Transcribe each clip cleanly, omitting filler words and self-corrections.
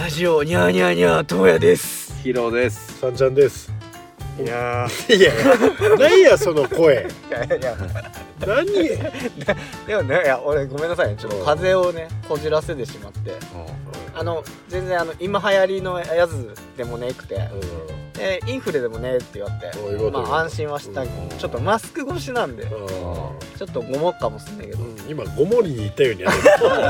ラジオニャーニャーニャーともやです。 ヒロです。 さんちゃんです。 いや何やその声。 いや何でもね、いや俺ごめんなさいね、ちょっと風邪をねこじらせてしまって、全然今流行りのやつでもねくて、でインフレでもねって言われて、まあ安心はしたけど、ちょっとマスク越しなんでちょっとごもっかもすんねんけど、 今ごもりに行ったようにや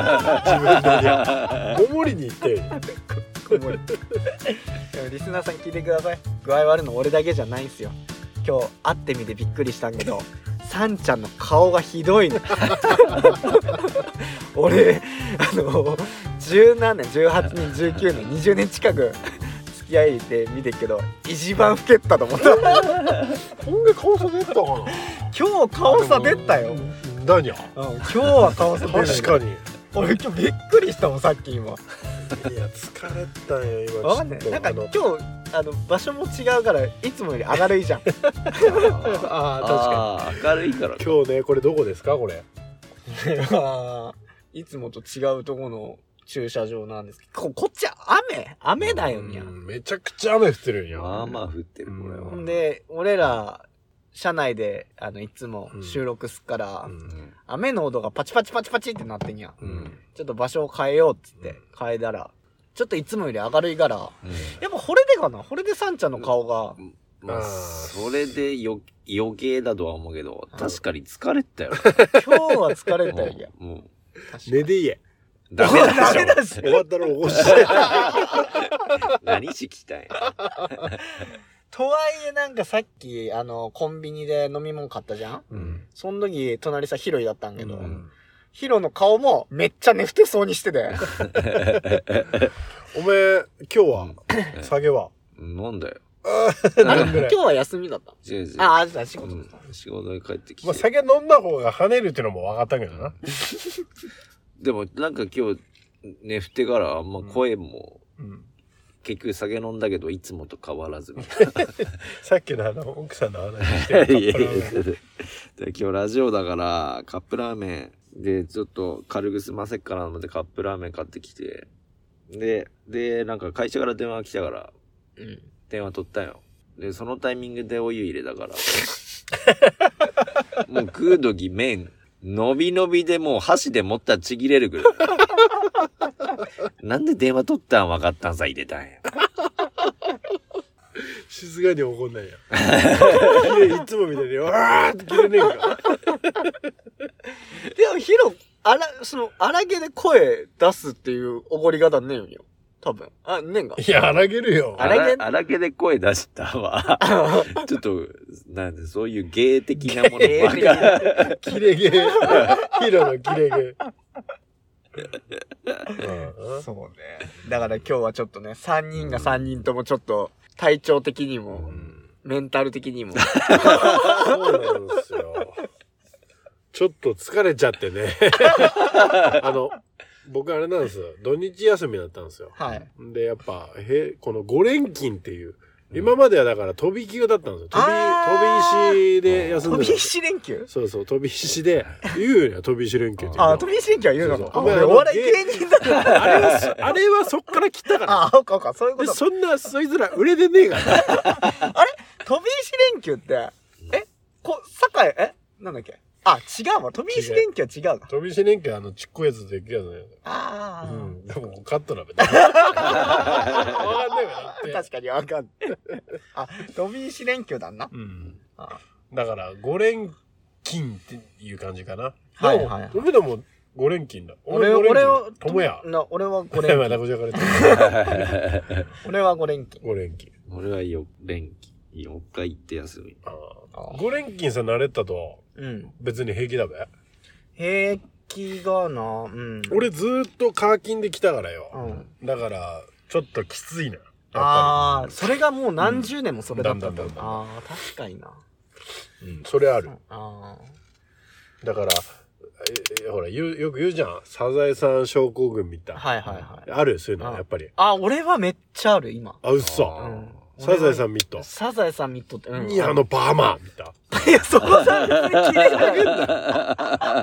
る。ごもりに行ったように。 ごもりでもリスナーさん聞いてください。具合悪いの俺だけじゃないんすよ。今日会ってみてびっくりしたんけど、さんちゃんの顔がひどいの。俺十何年、18年、19年、20年近く付き合いで見てるけど一番老けたと思った。 ほんで顔差出たかな。 今日顔差出たよ。 何や、 今日は顔差出た。 確かに俺今日びっくりしたもん、さっき今。 いや疲れたよ今。 わかんない。なんか今日場所も違うからいつもより明るいじゃん。 ああ確かに明るいから、ね、 今日ね、これどこですかこれ。 いつもと違うところの駐車場なんですけど、こっちは雨だよにゃ。 めちゃくちゃ雨降ってるんや。 まあまあ降ってるこれは。 で俺ら車内でいつも収録すっから、雨の音がパチパチパチパチってなってんや、ちょっと場所を変えようっつって変えたら、ちょっといつもより明るいから、やっぱこれでかな、これでさんちゃんの顔が、 まあそれで余計だとは思うけど、確かに疲れたよ。 今日は疲れたよ。いやもう寝で言え。 ダメだし終わったら起こして。 何しきたい。 とはいえなんかさっきコンビニで飲み物買ったじゃん、その時隣さヒロイだったんけど、ヒロの顔もめっちゃ寝ふてそうにしてて。 おめえ今日は酒は飲んだよ。 今日は休みだった。ああ、仕事だった。 仕事に帰ってきて。 まあ酒飲んだ方が跳ねるっていうのも分かったけどな。 でもなんか今日寝ふてからあんま声も、結局酒飲んだけどいつもと変わらずみたいな。 さっきの奥さんの話してる今日ラジオだからカップラーメンでちょっと軽く済ませっかなと思ってカップラーメン買ってきて、でなんか会社から電話来たから、電話取ったよ。でそのタイミングでお湯入れたからもう食う時麺伸び伸びでもう箸で持ったらちぎれるぐらい。なんで電話取ったん分かったんさ入れたんや。 静かに怒んないや。いつもみたいにわーって切れねえか。 でもヒロ荒げで声出すっていうおごり方ねえよによ。多分ねんが。 いや荒げるよ。 荒げで声出したわ。ちょっとなんでそういう芸的なものばっか。 キレゲー。ヒロのキレゲー。 そうね。だから今日はちょっとね、3人が3人ともちょっと体調的にも、メンタル的にも。 そうなんですよ。ちょっと疲れちゃってね。僕あれなんですよ。土日休みだったんですよ。 はい。 で、やっぱ、この5連勤っていう、今まではだから飛び級だったんですよ。飛び石で休んでた。 飛び石連休？ そうそう、飛び石で、言うよね、飛び石連休って。 飛び石連休は言うのか。 お笑い芸人だから。 あれはそっから来たから。 そういうこと。 そいつら売れてねえから。 あれ飛び石連休って、堺、なんだっけ？違うわ。飛び石連休は違うか。 飛び石連休ちっこいやつできるやつね。でもカットなべ。わかんないわな。 確かにわかんない。飛び石連休だな。 だから5連勤っていう感じかな。 はいはい。 でも5連勤だ。 俺は友也。 俺は5連勤。俺は5連勤。 5連勤。 俺は4連勤。4日行って休み。 5連勤さ慣れたと、別に平気だべ。 平気がな。 俺ずーっとカーキンで来たからよ。だからちょっときついな。 それがもう何十年もそれだったんだ。確かにな。 それある。だからほらよく言うじゃん。サザエさん症候群みたいな。あるそういうのやっぱり。 俺はめっちゃある今。 うっそ。サザエさんミット。 サザエさんミットって。 いやバーマー見た。 いや、そこさ、別に切れない。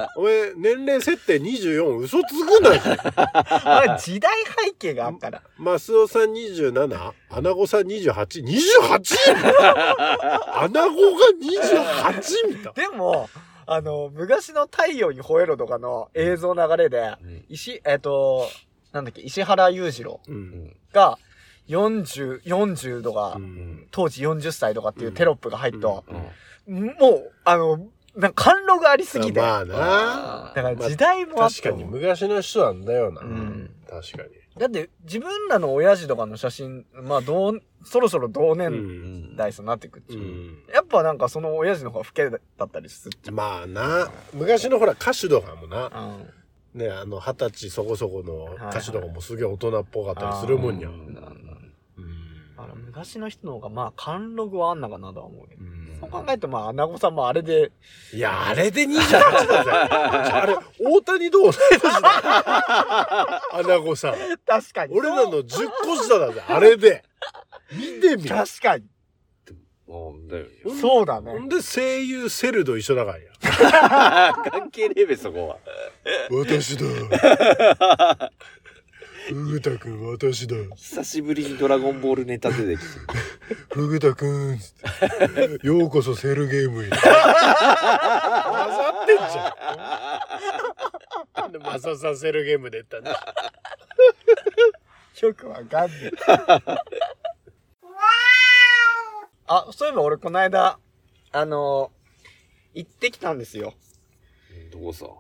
お前、年齢設定24、嘘つくなよ。 時代背景があったら。 マスオさん27、アナゴさん28、28?アナゴが 28? みたいな。 でも、昔の太陽に吠えろとかの映像流れで、なんだっけ、石原裕次郎が40とか、当時40歳とかっていうテロップが入ると、もう、貫禄ありすぎて。 まあな。 だから時代もあった。 確かに昔の人なんだよな。確かに。 だって自分らの親父とかの写真、まあそろそろ同年代になってくっていう。やっぱなんかその親父の方が老けだったりするじゃん。 まあな。昔のほら歌手とかもな。ね、20歳そこそこの歌手とかもすげえ大人っぽかったりするもんや。 昔の人の方がまあ貫禄はあんなかなとは思うけど。そう考えるとまあ、アナゴさんもあれで。 いや、あれで28だぜ。あれ、大谷と同い年だ。アナゴさん。 確かに。 俺らの10個下だぜ、あれで。見てみ。 確かに。 だよね。 そうだね。 ほんで声優セルと一緒だからや。 関係ねえべ、そこは。 私だ。フグタくん、私だ。 久しぶりにドラゴンボールネタ出てきて。 フグタくん、つって。ようこそセルゲームへ。混ざってんじゃん。なんでマサさんセルゲームで言ったんだ。 よくわかんねえ。あ、そういえば俺この間、行ってきたんですよ。 どこさ。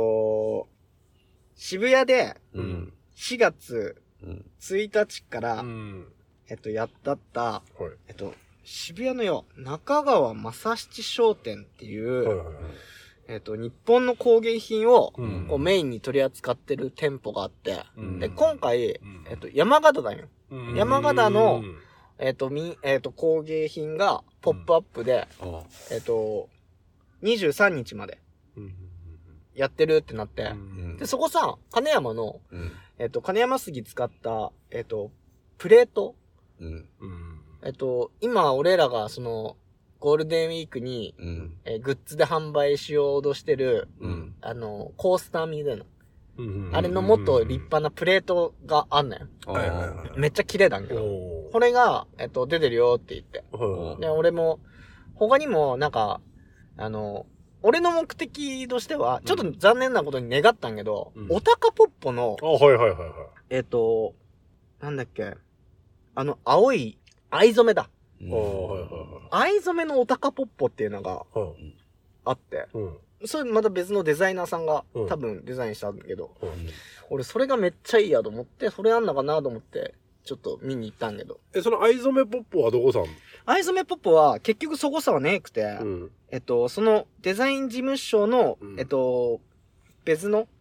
渋谷で、4月1日から、やったった、渋谷のよ、中川正七商店っていう、日本の工芸品を、こうメインに取り扱ってる店舗があって、で、今回、山形だよ。山形の、工芸品がポップアップで、23日まで、やってるってなって、で、そこさ、金山の、金山杉使った、プレート、今、俺らが、その、ゴールデンウィークに、グッズで販売しようとしてる、コースターみたいな。あれのもっと立派なプレートがあんのよ。めっちゃ綺麗だけど。これが、出てるよって言って。で、俺も、他にも、なんか、俺の目的としては、ちょっと残念なことに願ったんけど、おたかぽっぽの、なんだっけ、青い藍染めだ。藍染めのおたかぽっぽっていうのがあって、それまた別のデザイナーさんが多分デザインしたんだけど、俺それがめっちゃいいやと思って、それあんのかなと思って、ちょっと見に行ったんだけど。 その藍染めポッポはどこさん？ 藍染めポッポは結局そこさはねえくて、そのデザイン事務所の、別の、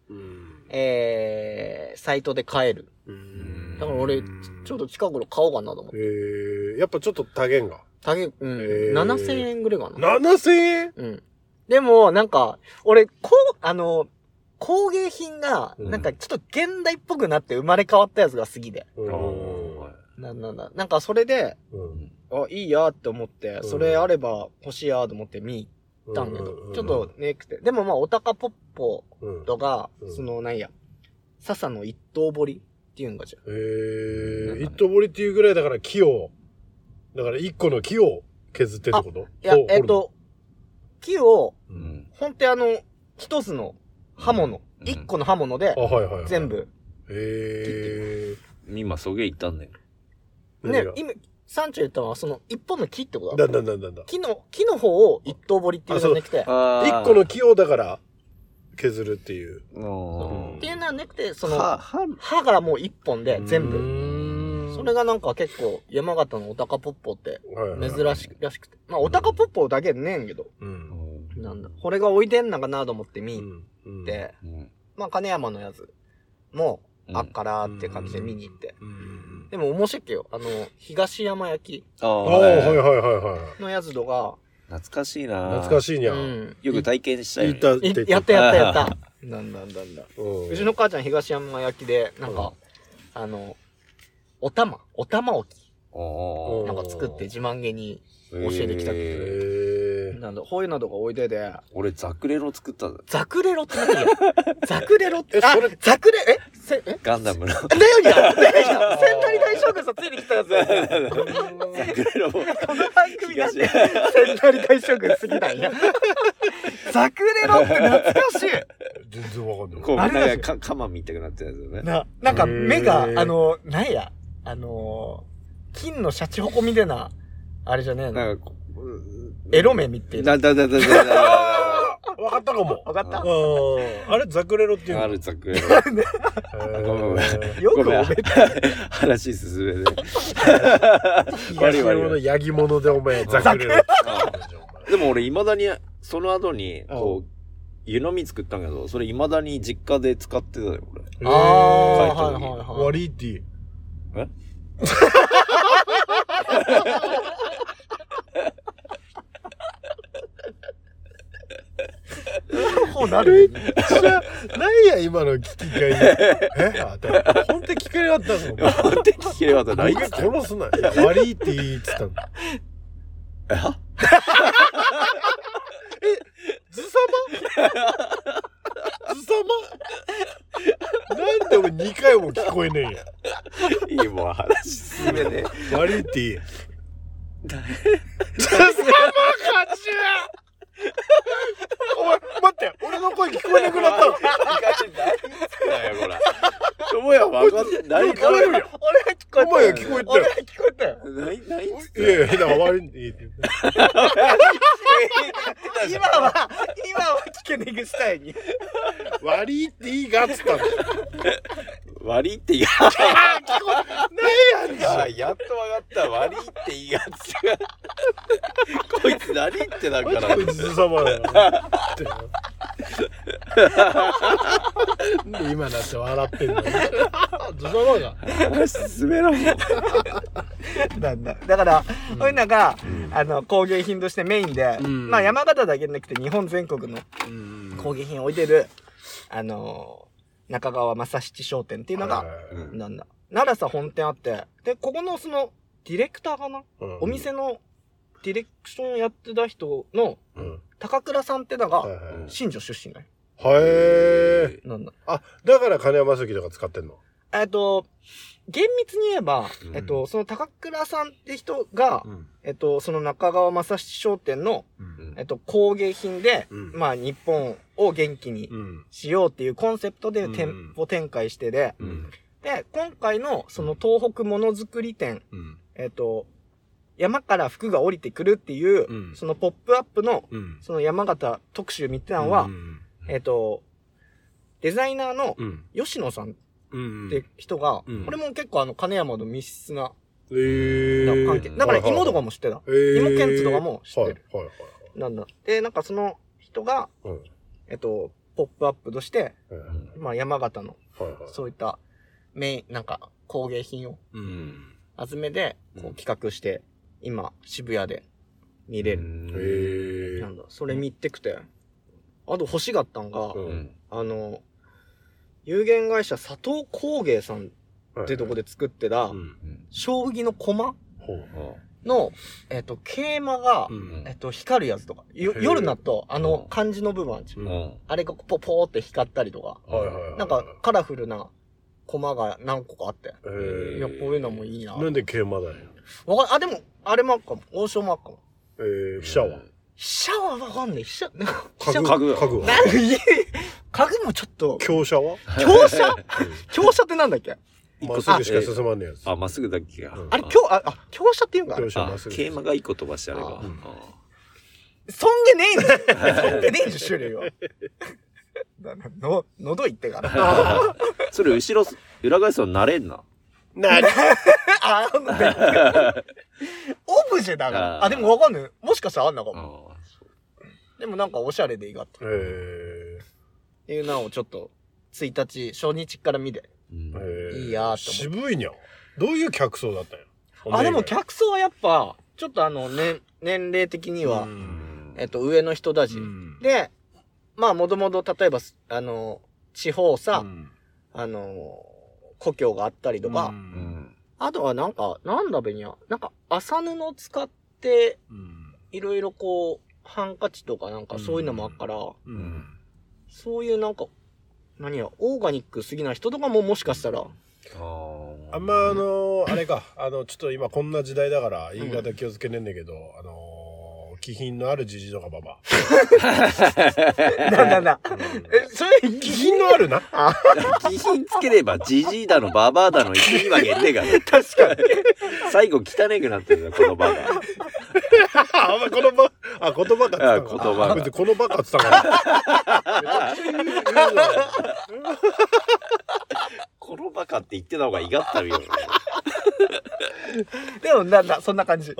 サイトで買える。だから俺、ちょうど近頃買おうかなと思って。 やっぱちょっと多減が。 7000円ぐらいかな。7000円？ でも、なんか、俺、工芸品が、なんかちょっと現代っぽくなって生まれ変わったやつが好きで。なんかそれで、いいやって思って、それあれば欲しいやと思って見行ったんけど、ちょっとねくて。でもまあ、おたかぽっぽとか、その、なんや、笹の一刀彫りっていうんかじゃん。 一刀彫りっていうぐらいだから木を、だから一個の木を削ってってこと？ いや、木を、ほんと一つの刃物、一個の刃物で、全部、 今、そげ行ったんだよ。 ね、今、山頂言ったのは、その、一本の木ってことだ。木の方を一刀彫りっていうんじゃなくて、 一個の木をだから、削るっていう。 っていうのはなくて、その、刃がもう一本で全部。それがなんか結構、山形のおたかぽっぽって珍しくて。まあ、おたかぽっぽだけでねえんけど。なんだ。これが置いてんのかなと思って見て、まあ、金山のやつも、あっからって感じで見に行って。でも面白いっけよ。東山焼き。のやつとか。 懐かしいな。 懐かしいにゃ。 よく体験したよ。 やった。なんだ。うちの母ちゃん東山焼きで、なんか、お玉置き。なんか作って自慢げに教えてきたけど。 なんだ、ホイなどがおいでで。 俺、ザクレロ作ったんだ。 ザクレロって何やザクレロって、あ、ザクレ、 ガンダムの。 レオニア千谷大将軍さ、ついに来たやつだよ。 ザクレロも。 この番組なんで、千谷大将軍好きなんや。ザクレロって懐かしい。 全然わかんない。 こう、なんか、カマみたいになってるやつよね。 なんか目が、なんや、金のシャチホコみたいな、あれじゃねえの。 なんか、 エロ目見てる。 わかったかも。 わかった。 あれザクレロっていうの？ あるザクレロ。 ごめん。 よく覚えてる。 話進めで。 東のヤギ物でお前ザクレロ。 でも俺未だに、その後に、こう、湯飲み作ったんけど、それ未だに実家で使ってたよ、俺。 ああ、はいはいはい。 ワリーティ。 えこうなる。 何や今の聞き返り。本当に聞けなかったぞ。 本当に聞けなかった。 何殺すな。ワリーティーって言ったんだ。ズサマなんで俺2回も聞こえねえんや。 いいもん話進めね。 ワリーティー。ズサマ勝ちや。お前待って俺の声聞こえなくなったの。 お前は分かってない。 俺が聞こえた。 お前が聞こえたよ。 俺が聞こえたよ。 ないいやいやだから悪いって言って。 今は聞けねえぐしたいに。 悪いっていいがっつったんだ。 悪いって言いが何やんやっと分かった。悪いって言いがこいつ何言ってだから。 こいつズサマだよ。で今なって笑ってんの。ズサマが。 話進めろ。 なんだ。だから、こういうのが、工芸品としてメインで、まあ山形だけじゃなくて日本全国の工芸品を置いてる、中川正七商店っていうのが、なんだ。奈良さ本店あって、で、ここのその、ディレクターかな、お店のディレクションやってた人の、高倉さんってのが、新庄出身だよ。 へえ。 なんだ。 あ、だから金山関とか使ってんの？ 厳密に言えば、その高倉さんって人が、その中川正七商店の、工芸品で、まあ日本を元気にしようっていうコンセプトで店舗展開してで、で、今回のその東北ものづくり展、山から服が降りてくるっていう、そのポップアップの、その山形特集みたいなのは、デザイナーの吉野さんって人が、これも結構金山の密室な関係。だから芋とかも知ってた。芋ケンツとかも知ってる。なんだ。で、なんかその人が、ポップアップとして、まあ山形の、そういったなんか工芸品を集めて、こう企画して、今渋谷で見れる。なんだ。それ見てくて。あと欲しがったんが、有限会社佐藤工芸さんってとこで作ってた、将棋の駒の、桂馬が、光るやつとか、夜になると、漢字の部分あるじゃん。あれがポーって光ったりとか、なんかカラフルな駒が何個かあって、いや、こういうのもいいな。 なんで桂馬だよ。 あ、でも、あれもあっかも。王将もあっかも。 飛車は飛車はわかんない。飛車、 家具は家具もちょっと。 強者は強者ってなんだっけ？ まっすぐしか進まんねえやつ。 あ、まっすぐだっけ？ あれ、強者って言うんか？ 桂馬が一個飛ばしてあれが。 そんげねえんだよ。そんげねえんじゃ、種類は。喉いってから。 それ裏返すと慣れんな。 なにオブジェだから。あ、でもわかんない。もしかしたらあんなかも。でもなんかおしゃれでいいがった。っていうのをちょっと、1日、初日から見て。いいやーって思って。 渋いにゃ。どういう客層だったんや。 あ、でも客層はやっぱ、ちょっと年齢的には、上の人たち。で、まあ、もともと、例えば、地方さ、故郷があったりとか、あとはなんか、なんだべにゃ、なんか、麻布を使って、いろいろこう、 ハンカチとかなんかそういうのもあっから、 うん。 そういうなんか、オーガニック好きな人とかももしかしたら。 あんまあれか、ちょっと今こんな時代だから言い方気をつけねえんだけど、気品のあるじじとかばば。 それ、 気品のあるな。 気品つければじじいだのババアだの言っていいわけねえから。 確かに。 最後汚くなってるんだこのバカ。 言葉かって言ったのか。 言葉別にこのバカって言ったから。 このバカって言ってた方がいがったるよ。 でもそんな感じ。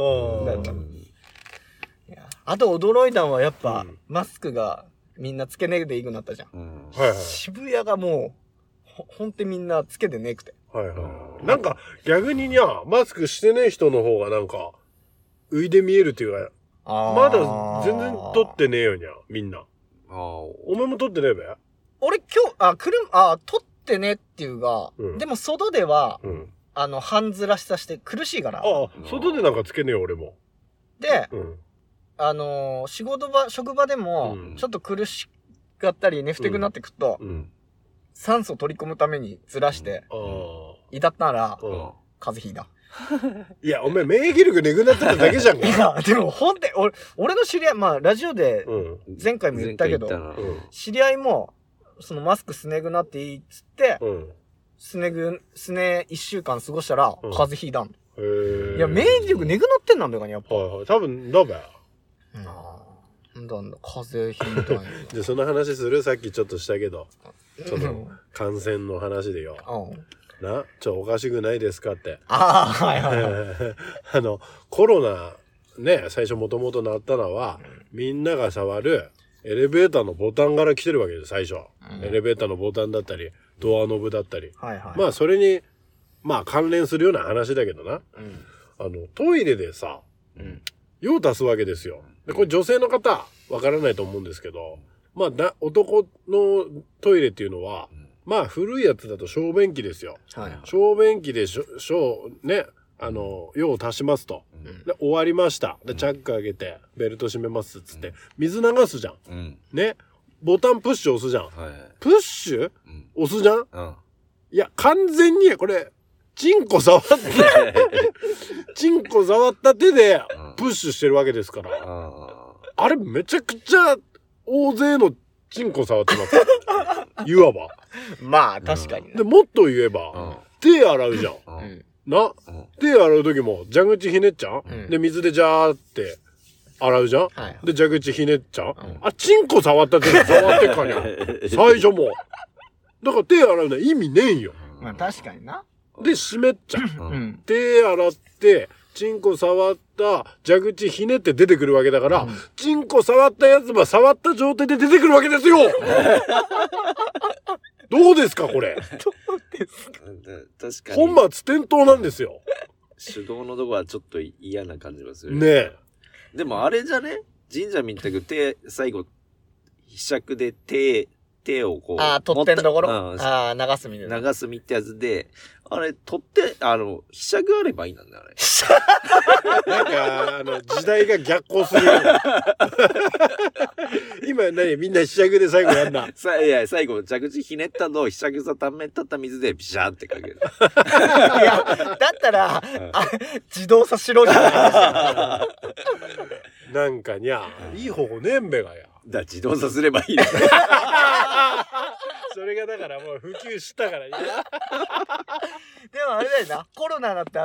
あと驚いたのはやっぱ、マスクがみんなつけねえでいいくなったじゃん。渋谷がもう、ほんとみんなつけてねえくて。 なんか逆にマスクしてねえ人の方がなんか、浮いて見えるっていうか、まだ全然撮ってねえよにゃ、みんな。お前も撮ってねえべ？ 俺今日、撮ってねっていうか、でも外では、半ずらしさして苦しいから。 外でなんかつけねえよ、俺も。 で、職場でも、ちょっと苦しかったり、ねふてくなってくと、酸素取り込むためにずらして、至ったら、風邪ひいた。 いや、お前免疫力ねぐなってただけじゃんか。 いや、でもほんで、俺の知り合い、まあ、ラジオで、前回も言ったけど、知り合いも、そのマスクすねぐなっていいっつって、すね1週間過ごしたら、風邪ひいたん。いや、免疫力ねぐなってんなんだよね、やっぱ。 多分、だべ。 なんだ、風邪ひいたんや。 じゃあその話する？さっきちょっとしたけど。その、感染の話でよ。おかしくないですかって。コロナ、ね、最初もともとなったのは、みんなが触るエレベーターのボタンから来てるわけです、最初。エレベーターのボタンだったり、ドアノブだったり。まあ、それに、関連するような話だけどな。トイレでさ、用を足すわけですよ。で、これ女性の方、わからないと思うんですけど、男のトイレっていうのは、古いやつだと小便器ですよ。小便器でね、用を足しますと。で、終わりました。で、チャック開けて、ベルト閉めますっつって、水流すじゃん。ね。ボタンプッシュ押すじゃん。プッシュ押すじゃん。いや、完全に、これ、チンコ触った手で、プッシュしてるわけですから。あれ、めちゃくちゃ、大勢のチンコ触ってます。いわば。 まあ、確かに。 で、もっと言えば、手洗うじゃん。手洗う時も、蛇口ひねっちゃうで、水でジャーって洗うじゃんで、蛇口ひねっちゃうチンコ触った手で触ってっかにゃ。最初も。だから手洗うのは意味ねえんよ。 まあ、確かにな。 で、湿っちゃう。手洗って、チンコ触った蛇口ひねって出てくるわけだから、チンコ触ったやつは触った状態で出てくるわけですよ。どうですかこれ。どうですか。確かに。本末転倒なんですよ。 手動のとこはちょっと嫌な感じがする。 ねえ。 でもあれじゃね、神社みたく最後ひしゃくで手をこう取ってんところ、流すみたいな。 流すみってやつで、あれ取ってひしゃくあればいいなんだあれ。 なんか時代が逆行する。今みんなひしゃくで最後やんな。 いや最後蛇口ひねったのをひしゃくさためたった水でビシャーってかける。 いやだったら自動車しろじゃない。 なんかにゃいい方法ねんべがや。 自動車すればいいの。 それがだからもう普及したからいい。でもあれだよな、コロナだって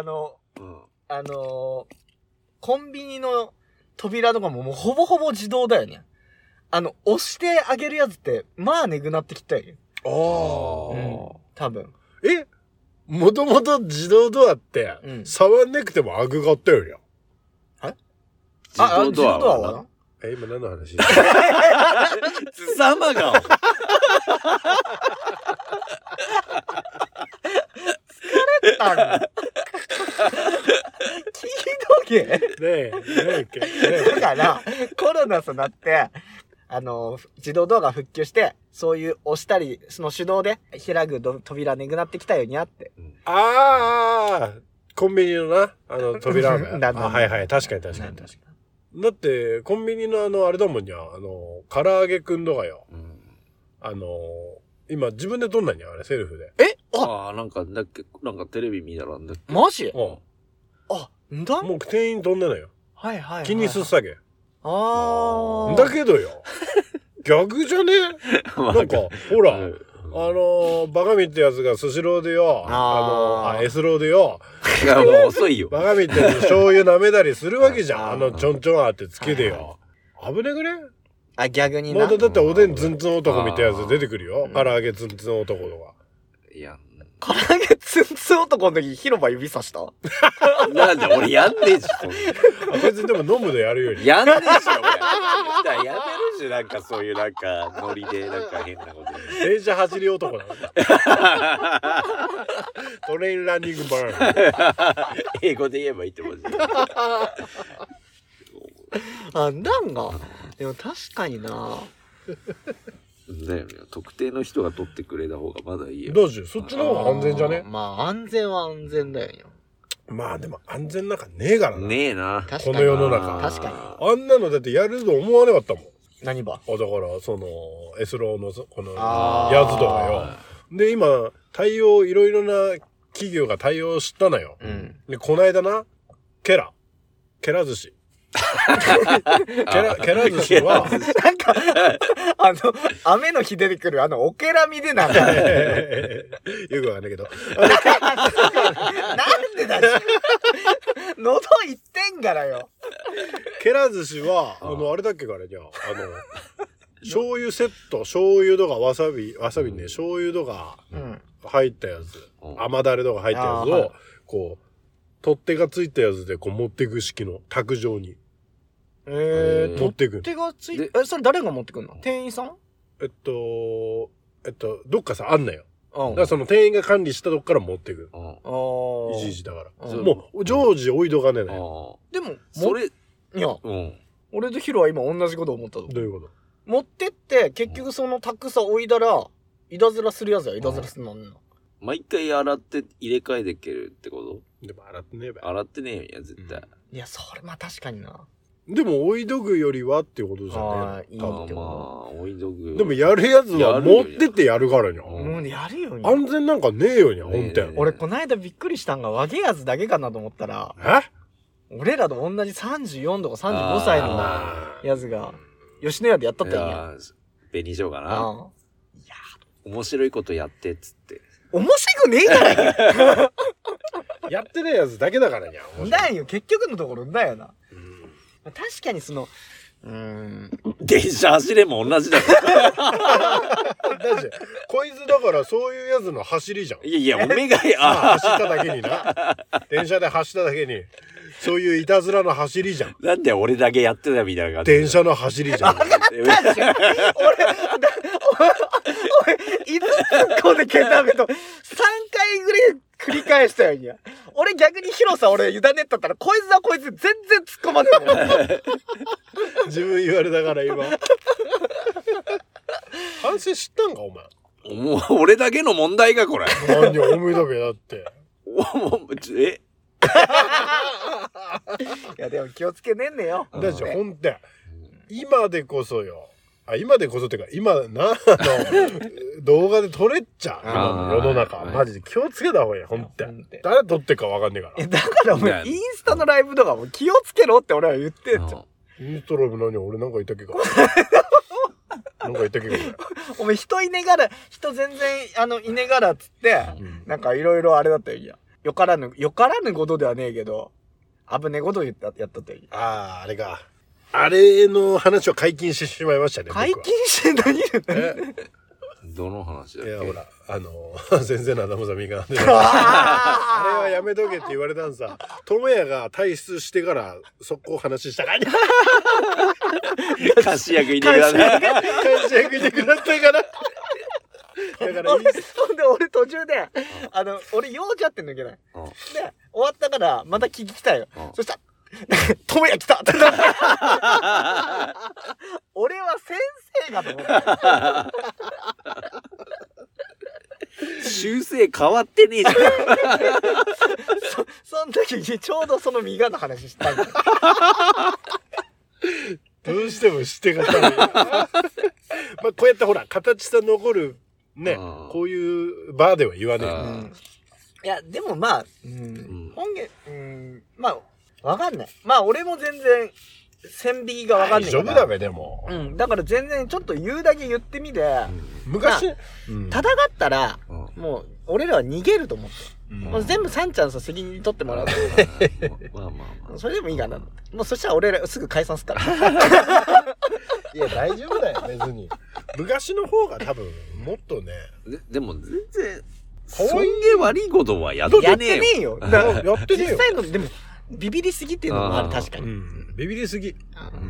コンビニの扉とかももうほぼほぼ自動だよね。押してあげるやつってまあねぐなってきたよ。多分。 もともと自動ドアって、触んなくてもアグがあったよりゃ。 自動ドアは今何の話？ 貴様が。 疲れたんだ。聞いとけ。 ねえ。 だからコロナとなって自動ドアが復旧してそういう押したりその手動で開く扉ねぐなってきたよにゃって。 コンビニのな扉。はいはい確かに。 だって、コンビニのあれだもんにゃ、唐揚げくんとかよ。今自分で撮んないんや、あれ、セルフで。 なんかテレビ見たらんだっけ。 マジ？ んだ？もう店員飛んでないよ。 はいはい。 気にすっさげ。 だけどよ。逆じゃね？なんか、ほら、バカミってやつがスシローでよ、エスローでよ。 いや、もう遅いよ。 バカミって醤油舐めたりするわけじゃん。ちょんちょんあってつけてよ。危ねくね？ 逆にな。 まただっておでんツンツン男みたいなやつ出てくるよ。唐揚げツンツン男とか。 いや。 唐揚げツンツン男の時広場指さした？ なんで俺やんねえし。 こいつでも飲むでやるより。 やんねえし、俺。やめるし、なんかそういうノリでなんか変なこと。 電車走り男なんだ。トレインランニングバーン。 英語で言えばいいってことです。 なんか、でも確かにな。 だよね。特定の人が取ってくれた方がまだいいよ。 どうしよう。そっちの方が安全じゃね？ まあ安全は安全だよ。 まあでも安全なんかねえからな。 ねえな。 この世の中。 確かに。 あんなのだってやると思わなかったもん。 何ば？ だからエスローのこのやつとかよ。で今いろいろな企業が対応したのよ。でこないだなケラ寿司。ケラ寿司はなんか雨の日出てくるオケラミでなんかよくわかんないけどなんでだし喉いってんからよ。 ケラ寿司はあれだっけからじゃ醤油セット、醤油とかわさびね、醤油とか入ったやつ、甘だれとか入ったやつをこう取っ手がついたやつでこう持っていく式の卓上に持っていく。 手がついて、それ誰が持ってくんの？店員さん？ どっかさ、あんなよ。だからその店員が管理したとこから持っていく。いちいちだから。もう、常時置いとかねえね。 でも、いや、俺とヒロは今同じこと思ったぞ。 どういうこと？ 持ってって、結局そのたくさん置いたら、いたずらするやつはいたずらするの。 毎回洗って入れ替えていけるってこと？ でも洗ってねえば。 洗ってねえよ、いや、絶対。 いや、それまあ確かにな。 でも置いとくよりはっていうことじゃね。 いいってまあ置いとく。 でもやるやつは持ってってやるからにゃ。 もうやるよに。 安全なんかねえよにゃ、ほんと。 俺こないだびっくりしたんが和毛やつだけかなと思ったら、俺らと同じ34とか35歳のやつが吉野家でやったったんや。 紅しょうかな。いや、面白いことやってっつって。 面白くねえじゃないか。 やってないやつだけだからにゃ。 だよ、結局のところだよな。確かに電車走れも同じだよ。 だってこいつだからそういうやつの走りじゃん。 いや、おめが走っただけにな。電車で走っただけに。そういういたずらの走りじゃん。 なんで俺だけやってたみたいな感じ。電車の走りじゃん。俺、 いつこでケタベと3回ぐらい繰り返したよにゃ。俺逆に広さ俺委ねったったらこいつはこいつ全然突っ込まねえもん。自分言われたから今。反省知ったんかお前。 もう俺だけの問題かこれ。 何おめだべだって。 いやでも気をつけねんねよ。 だってほんと今でこそよ。今でこそってか今動画で撮れちゃう世の中マジで気をつけた方がいいほんと。誰撮ってるかわかんねえから。 だからお前インスタのライブとかも気をつけろって俺は言ってんじゃん。 インスタライブ何俺なんか言ったっけか。なんか言ったっけか。 お前人全然いねがらっつってなんかいろいろあれだったよ。いやよからぬことではねえけど危ねえことやったっていい。 あれか。あれの話を解禁してしまいましたね。 解禁して何言うの？どの話だっけ？ いやほら先生のアダムザミがあれはやめとけって言われたんさ。智也が退出してから速攻話したから。 監視役いてください。 監視役いてくださいから。だから俺途中で俺用事あってんのけない。で終わったからまた聞きたいよ。そしたら智也来たってなって俺は先生がと思った修正変わってねえじゃん。 その時にちょうどそのミガの話したんだしてもしてがたい。まあこうやってほら形さ残るね、こういうバーでは言わねえ。いやでもまあ、本家まあわかんない。まあ俺も全然線引きがわかんない。 大丈夫だべでも。 だから全然ちょっと言うだけ言ってみて、 昔戦ったらもう俺らは逃げると思って。もう全部サンちゃんさ責任取ってもらう。まあそれでもいいかな。もうそしたら俺らすぐ解散すから。 いや大丈夫だよ別に。昔の方が多分もっとね。 でも全然そんげ悪いことはやってねえよ。 やってねえよ。 実際のでもビビりすぎっていうのもある確かに。 ビビりすぎ。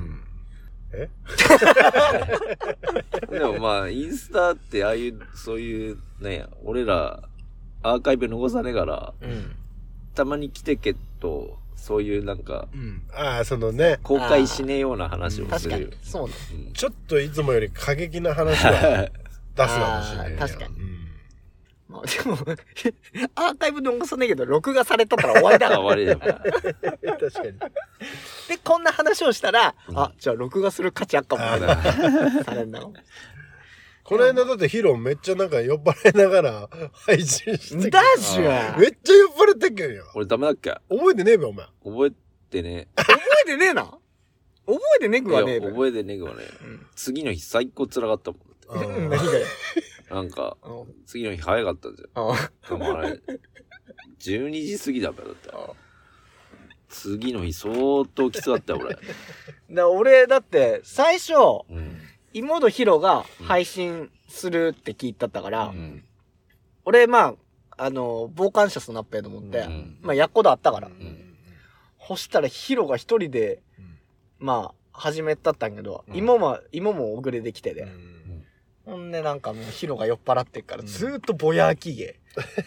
でもまあインスタってああいうそういうね俺らアーカイブ残さねえから、たまに来てけとそういうなんか、 そのね公開しねえような話をするよ。 そうね。 ちょっといつもより過激な話は出すかもしれない。 確かに。まあでもアーカイブ残さねえけど録画されとったら終わりだから。 終わりだから。 確かに。 でこんな話をしたら、じゃあ録画する価値あっかもされんな。 この間だってヒロめっちゃなんか酔っ払いながら配信してだじゃん。 めっちゃ酔っ払ってっけんよ。 俺ダメだっけ？ 覚えてねえべお前。 覚えてねえ。 覚えてねえな。覚えてねぐはねえべ。 覚えてねぐはね。次の日最高辛かったもん。 何がよ。 なんか次の日早かったんじゃん。でもあれ12時過ぎだべだって。次の日相当きつかったよ俺だって最初。妹ヒロが配信するって聞いたったから、俺まあ傍観者となっぺと思って、まあやっこだあったから、そしたらヒロが一人で、まあ始めたったんけど、妹も遅れできてで、ほんでなんかもうヒロが酔っ払ってっからずーっとぼやきげ。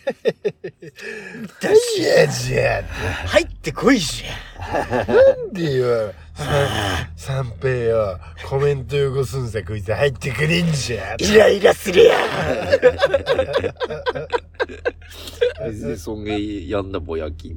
だしやじゃ入ってこいじゃ。なんでよ。三平よ。コメントよこすんさこいつ入ってくれんじゃ。 イライラするや。 別にそんげやんだぼやき。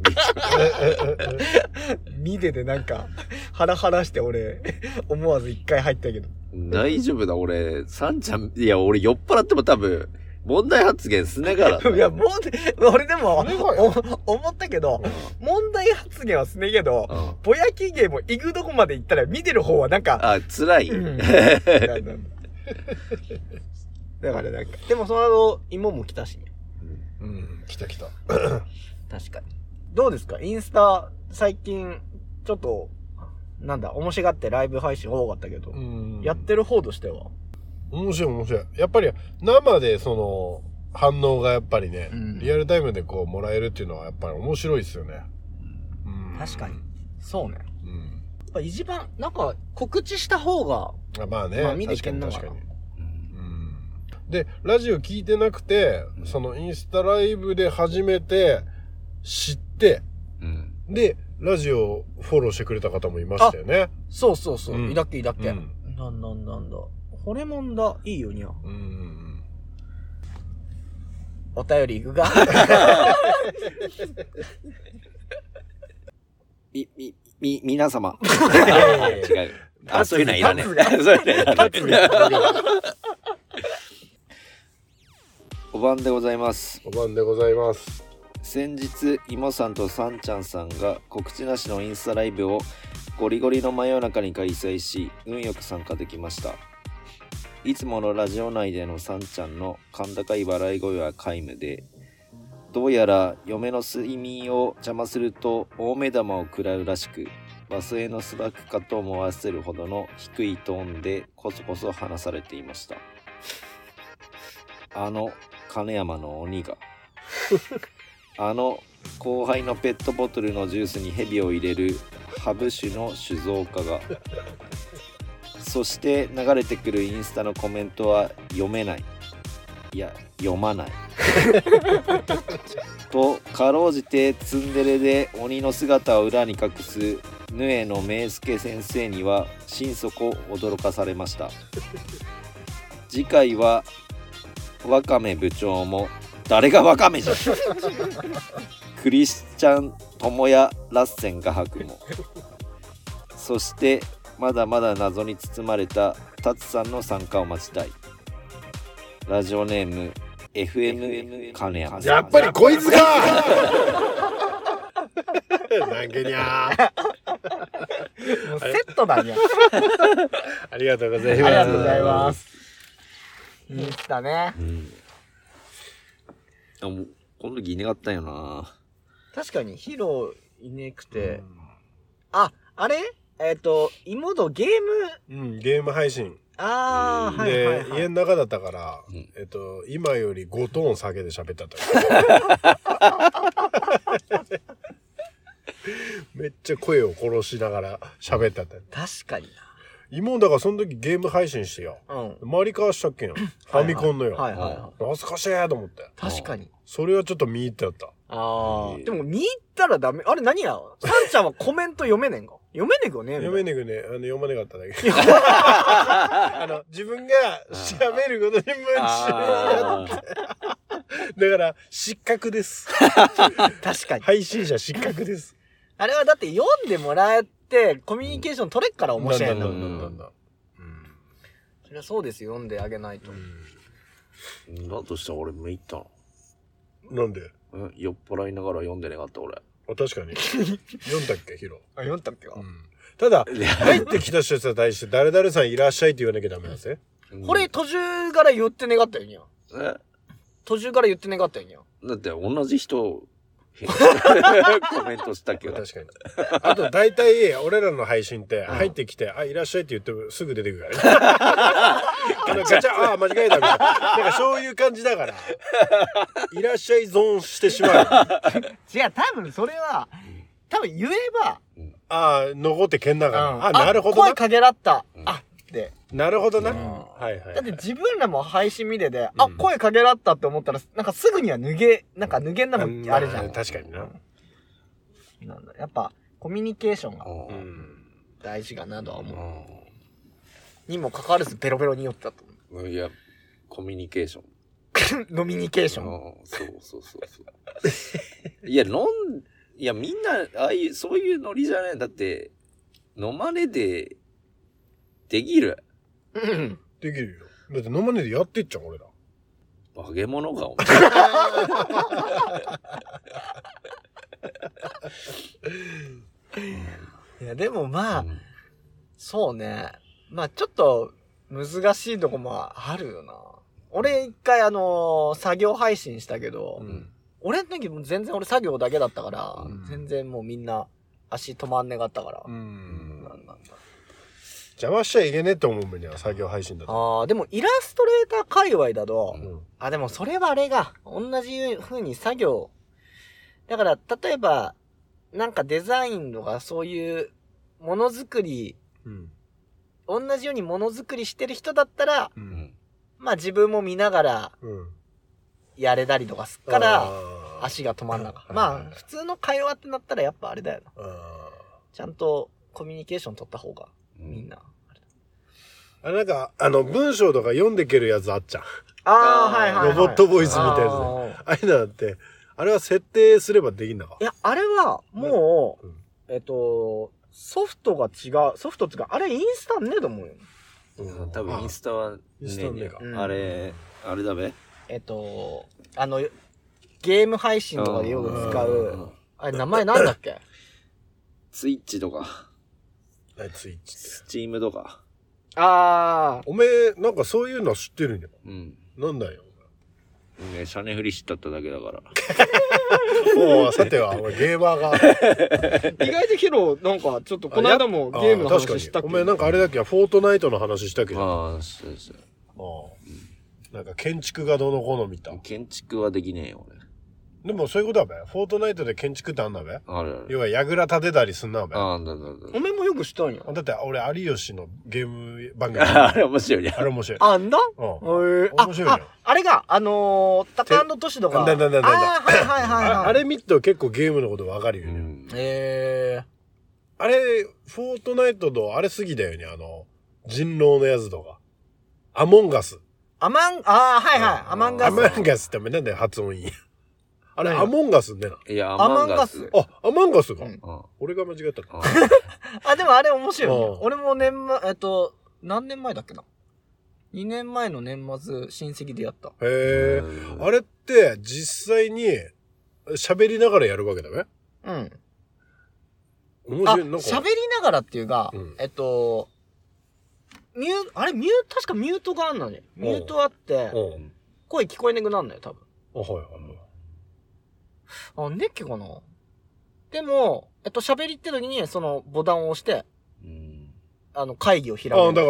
見ててなんかハラハラして俺思わず一回入ったけど。 大丈夫だ俺サンちゃんいや俺酔っ払っても多分問題発言すねがら。 いや俺でも思ったけど、問題発言はすねけど、ぼやき芸も行くとこまで行ったら見てる方はなんか辛い。 だからなんかでもその後妹も来たしね。 来た。 確かに。どうですかインスタ最近ちょっとなんだ面白がってライブ配信多かったけど、やってる方としては面白い。やっぱり生でその反応がやっぱりね、リアルタイムでこうもらえるっていうのはやっぱり面白いですよね。 確かに。そうね。やっぱ一番なんか告知した方がまあね、 見てけんのかな。 でラジオ聞いてなくて、そのインスタライブで初めて知って、でラジオフォローしてくれた方もいましたよね。 そう。いだっけ。なんだ。ホレモンだ。いいよにゃ。お便りいくが皆様。違う。そういうのはいらねえ。おばんでございます。先日、イモさんとサンちゃんさんが告知なしのインスタライブをゴリゴリの真夜中に開催し、運よく参加できました。いつものラジオ内でのサンちゃんの甲高い笑い声は皆無で、どうやら嫁の睡眠を邪魔すると大目玉を食らうらしく、和製のスバクかと思わせるほどの低いトーンでこそこそ話されていました。金山の鬼が後輩のペットボトルのジュースにヘビを入れるハブ酒の酒造家が、そして流れてくるインスタのコメントは読めない、いや読まないとかろうじてツンデレで鬼の姿を裏に隠すヌエのメイスケ先生には心底驚かされました。次回はワカメ部長も誰がワカメじゃクリスチャン・トモヤ・ラッセン画伯も、そしてまだまだ謎に包まれたタツさんの参加を待ちたい。ラジオネーム FM カネヤ。 やっぱりこいつかなんけにゃもうセットだにゃ。 ありがとうございます。 ありがとうございます。インスタね。 あ、もうこの時いなかったんやな。 確かにヒロいねくて、あれ妹ゲーム、 ゲーム配信。 はいはいはい。 で、家の中だったから、今より5トーン下げで喋ったと。めっちゃ声を殺しながら喋ったって。 確かにな。 妹だからその時ゲーム配信してよ。マリカーしたっけよ。ファミコンのよ。懐かしいと思って。 確かに。 それはちょっと見入ってやった。 でも見入ったらダメ。あれ何やサンちゃんはコメント読めねんか読めねえかね読めねえね。読まねかっただけ。自分が喋ることに夢中になって。だから、失格です。 確かに。 配信者失格です。 あれはだって読んでもらえて、コミュニケーション取れっから面白いんだもん。そりゃそうですよ、読んであげないと。 だとしたら俺向いたの。 なんで酔っ払いながら読んでねかった俺。 確かに。読んだっけヒロ。 読んだっけただ、入ってきた人に対して誰々さんいらっしゃいって言わなきゃダメなんですね。 これ途中から言って願ったよにゃ。途中から言って願ったよにゃ。 だって同じ人、コメントしたけど。 確かに。あと大体、俺らの配信って入ってきて、いらっしゃいって言ってすぐ出てくるからね。ガチャ、間違えたみたいな。なんかそういう感じだから、いらっしゃいゾーンしてしまう。 違う、多分それは、多分言えば、 残ってけんながら。なるほどな。 声かけらった。で。 なるほどな。はいはい。 だって自分らも配信見てて、声かけらったって思ったら、なんかすぐには脱げんなのあるじゃん。 確かにな。 なんだ、やっぱ、コミュニケーションが大事かなとは思う。にもかかわらずベロベロに酔ったと思う。いや、コミュニケーション。 ノミニケーション。 そう。いや、みんな、そういうノリじゃない。だって、飲まねで、できる。 できるよ。だって飲まねでやってっちゃん、俺ら。 化け物か、お前。いや、でもまあ、そうね。まあちょっと、難しいとこもあるよな。俺一回作業配信したけど、俺の時も全然俺作業だけだったから、全然もうみんな足止まんねがったから。 邪魔しちゃいけねえって思うもんね、作業配信だと。 でもイラストレーター界隈だと、でもそれはあれが、同じ風に作業。だから、例えば、なんかデザインとかそういうものづくり、同じようにものづくりしてる人だったら、まあ自分も見ながら、やれたりとかすっから、足が止まんなかった。まあ、普通の会話ってなったらやっぱあれだよな。ちゃんとコミュニケーション取った方が、みんな。 なんか、文章とか読んでけるやつあっちゃん。 はい。 ロボットボイスみたいなやつ。ああいうのだって、あれは設定すればできんだか？ いや、あれは、もう、ソフトが違う。ソフトっていうか、あれインスタねえと思うよ。 多分インスタはねえか。あれだべ。 ゲーム配信とかでよく使う、あれ名前なんだっけ？ ツイッチとか。 ツイッチって。 スチームとか。 おめえ、なんかそういうの知ってるんや。なんだよ。 シャネフリ知ったっただけだから。 さては、ゲーマーが。 意外とヒロ、なんか、ちょっとこの間もゲームの話したっけ？ おめえなんかあれだっけ、フォートナイトの話したけど。 そう。 なんか建築がどのこのみたいな。 建築はできねえよ、俺。 でもそういうことだべ。フォートナイトで建築ってあんだべ。 ある。 要は櫓立てたりすんなべ。 おめえもよく知ったんや。 だって俺有吉のゲーム番組。 あれ面白いね。 あれ面白い。 あんだ？ 面白いよ。 あれが、タカアンドトシドが。はい。 あれ見ると結構ゲームのことわかるよね。あれ、フォートナイトとあれすぎだよね、人狼のやつとか。アモンガス。 アマンガス。 アマンガスってなんだよ、発音いい。 あれ、アモンガスねな。 いや、アマンガス。 あ、アマンガスか。俺が間違ったか。 あ、でもあれ面白いよね。俺も何年前だっけな。2年前の年末、親戚でやった。 へー。あれって、実際に、喋りながらやるわけだね。 うん。 面白い。なんか喋りながらっていうか、確かミュートがあんのね。ミュートあって、声聞こえなくなるのよ、多分。 はいはいはい。ねっけかな。でも、喋りって時に、その、ボタンを押して、会議を開く。 だから、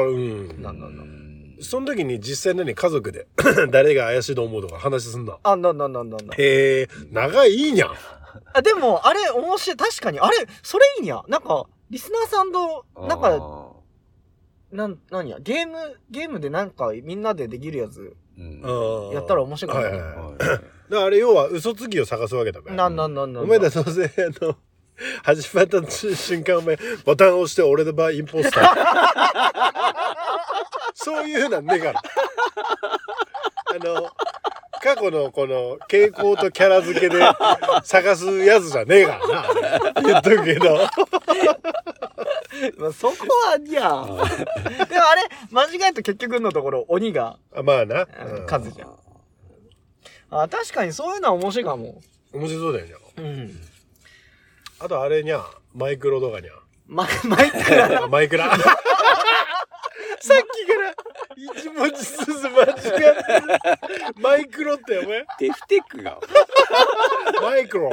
その時に実際家族で、誰が怪しいと思うとか話すんだ。へー、長いいいにゃん。 でも、あれ、面白い。確かに、あれ、それいいにゃ。なんか、リスナーさんと、なんか、何や、ゲームでなんか、みんなでできるやつ、やったら面白いかな。 あれ、要は、嘘つきを探すわけだから。お前らどうせ、始まった瞬間、お前、ボタンを押して、俺の場合、インポスター。そういうのねえから。過去のこの傾向とキャラ付けで探すやつじゃねえからな。言っとくけど。 まあそこは、いや。でもあれ、間違えと結局のところ、鬼が。 まあな。 数じゃん。確かにそういうのは面白いかも。 面白そうだよね。あとあれにゃ、マイクロとかにゃ。 マイクラマイクラ。さっきから一文字ずつ間違ってる。マイクロってお前デフテックがマイクロ。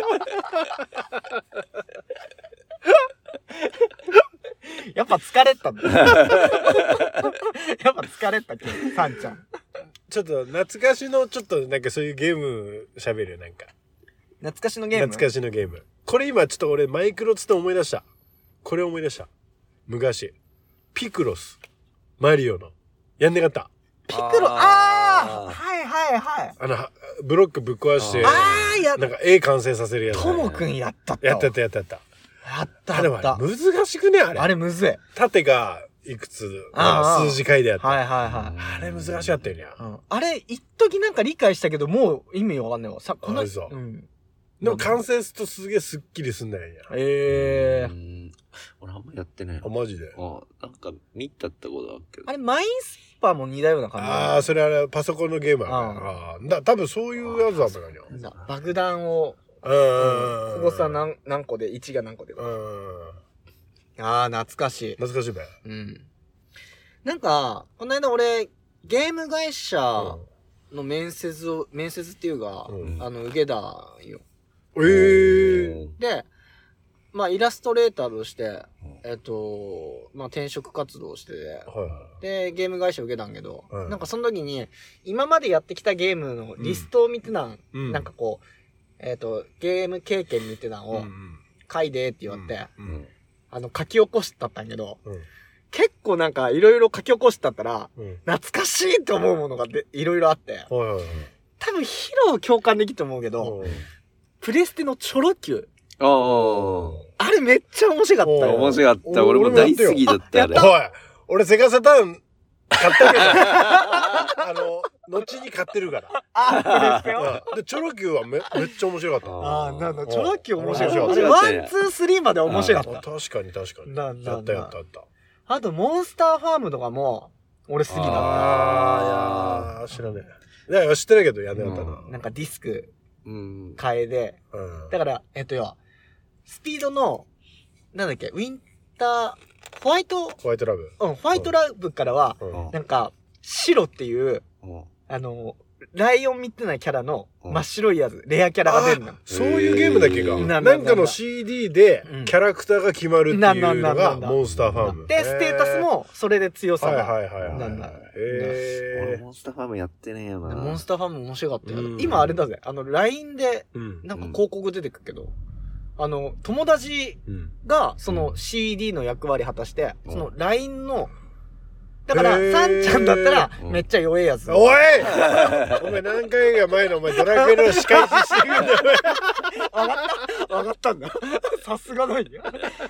やっぱ疲れたんだ。やっぱ疲れたっけサンちゃん。 ちょっと懐かしのちょっとなんかそういうゲーム喋るよなんか。 懐かしのゲーム。 懐かしのゲーム。これ今ちょっと俺マイクロつって思い出した。これ思い出した。昔。ピクロス。マリオの。やんねかった。 ピクロ、はいはいはい。 ブロックぶっ壊して、なんか絵完成させるやつ。 ともくんやったった。 やった。でもあれ難しくねあれ。 あれむずい。 縦がいくつ、数字書いてあった。 あれ難しかったよね。 あれ、一時なんか理解したけど、もう意味わかんないわ。 この人。でも完成するとすげえスッキリすんだよね。 俺あんまやってないの。 マジで。 なんか見たってことだけど。 あれ、マインスーパーも似たような感じ。それあれ、パソコンのゲームだ。多分そういうやつだったかにゃ。 爆弾を、重さ何個で、1が何個で。懐かしい。 懐かしいべ。 なんか、この間俺、ゲーム会社の面接っていうか、受けたよ。で、まあ、イラストレーターとして、まあ、転職活動をしてて、で、ゲーム会社受けたんけど、なんかその時に、今までやってきたゲームのリストを見てたん、なんかこう、ゲーム経験見てたんを、書いてって言われて、書き起こしたったんけど、結構なんかいろいろ書き起こしたったら、懐かしいって思うものがいろいろあって、多分ヒロは共感できると思うけど、プレステのチョロ Q。あれめっちゃ面白かったよ。 面白かった。俺も大好きだったあれ。 おい、俺セガサターン買ったけど、後に買ってるから。 プレステよ。 で、チョロ Q はめっちゃ面白かった。 なんだ、チョロ Q 面白かった。あれ、1、2、3まで面白かった。 確かに。やった。 あと、モンスターファームとかも、俺好きだった。 いや知らねえ。いや、知ってないけど、やんなかったな。 なんかディスク、変えで。だから、スピードの、なんだっけ、ウィンター、ホワイトラブ。ホワイトラブからは、なんか、白っていう、ライオンみたいなキャラの真っ白いやつ、レアキャラが出るの。 そういうゲームだっけか。なんかの CD でキャラクターが決まるっていうのがモンスターファーム。 で、ステータスもそれで強さが。 俺モンスターファームやってねえよな。 モンスターファーム面白かったよ。今あれだぜ、LINE で、なんか広告出てくるけど、友達がその CD の役割果たして、その LINE の、だから、サンちゃんだったら、めっちゃ弱いやつ。 おいお前何回か前のお前ドラクエの仕返ししてるんだよ。 わかったんだ。さすがないよ。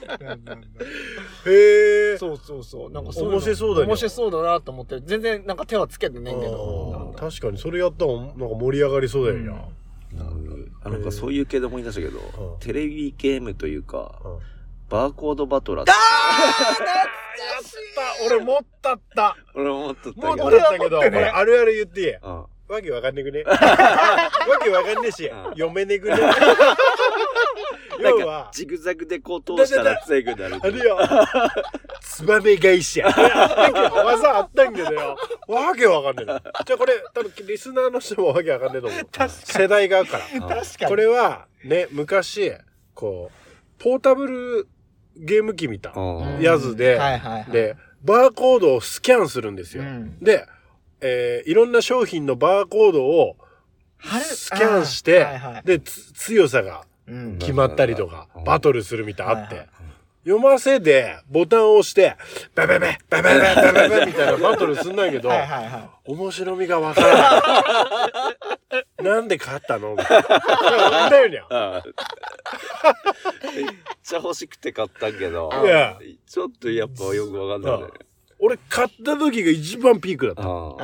へえ。 そう。なんか面白そうだね。 面白そうだなと思って、全然なんか手はつけてねんけど。 確かに、それやったらなんか盛り上がりそうだよな。 なんかそういう系で思い出したけど、テレビゲームというか、バーコードバトラー。 やった俺持ったった。 俺も持ったけど。 持ったけど、これあるある言っていい？わけわかんねくね。わけわかんねえし、読めねくね。 要は、ジグザグでこう通したら強くなる。 あれよ。ツバメ返しや。技あったんけどよ。わけわかんねえの。じゃあこれ、多分リスナーの人もわけわかんねえと思う。世代があるから。 確かに。 これは、ね、昔、こう、ポータブルゲーム機みたいなやつで、で、バーコードをスキャンするんですよ。で、いろんな商品のバーコードをスキャンして、で、強さが決まったりとか、バトルするみたいなあって、読ませでボタンを押して、ベベベ、ベベベ、ベベベみたいなバトルすんないけど、面白みがわからない。なんで勝ったのみたいな。だよにゃ。 めっちゃ欲しくて買ったけど、ちょっとやっぱよくわかんないね。 俺買った時が一番ピークだった。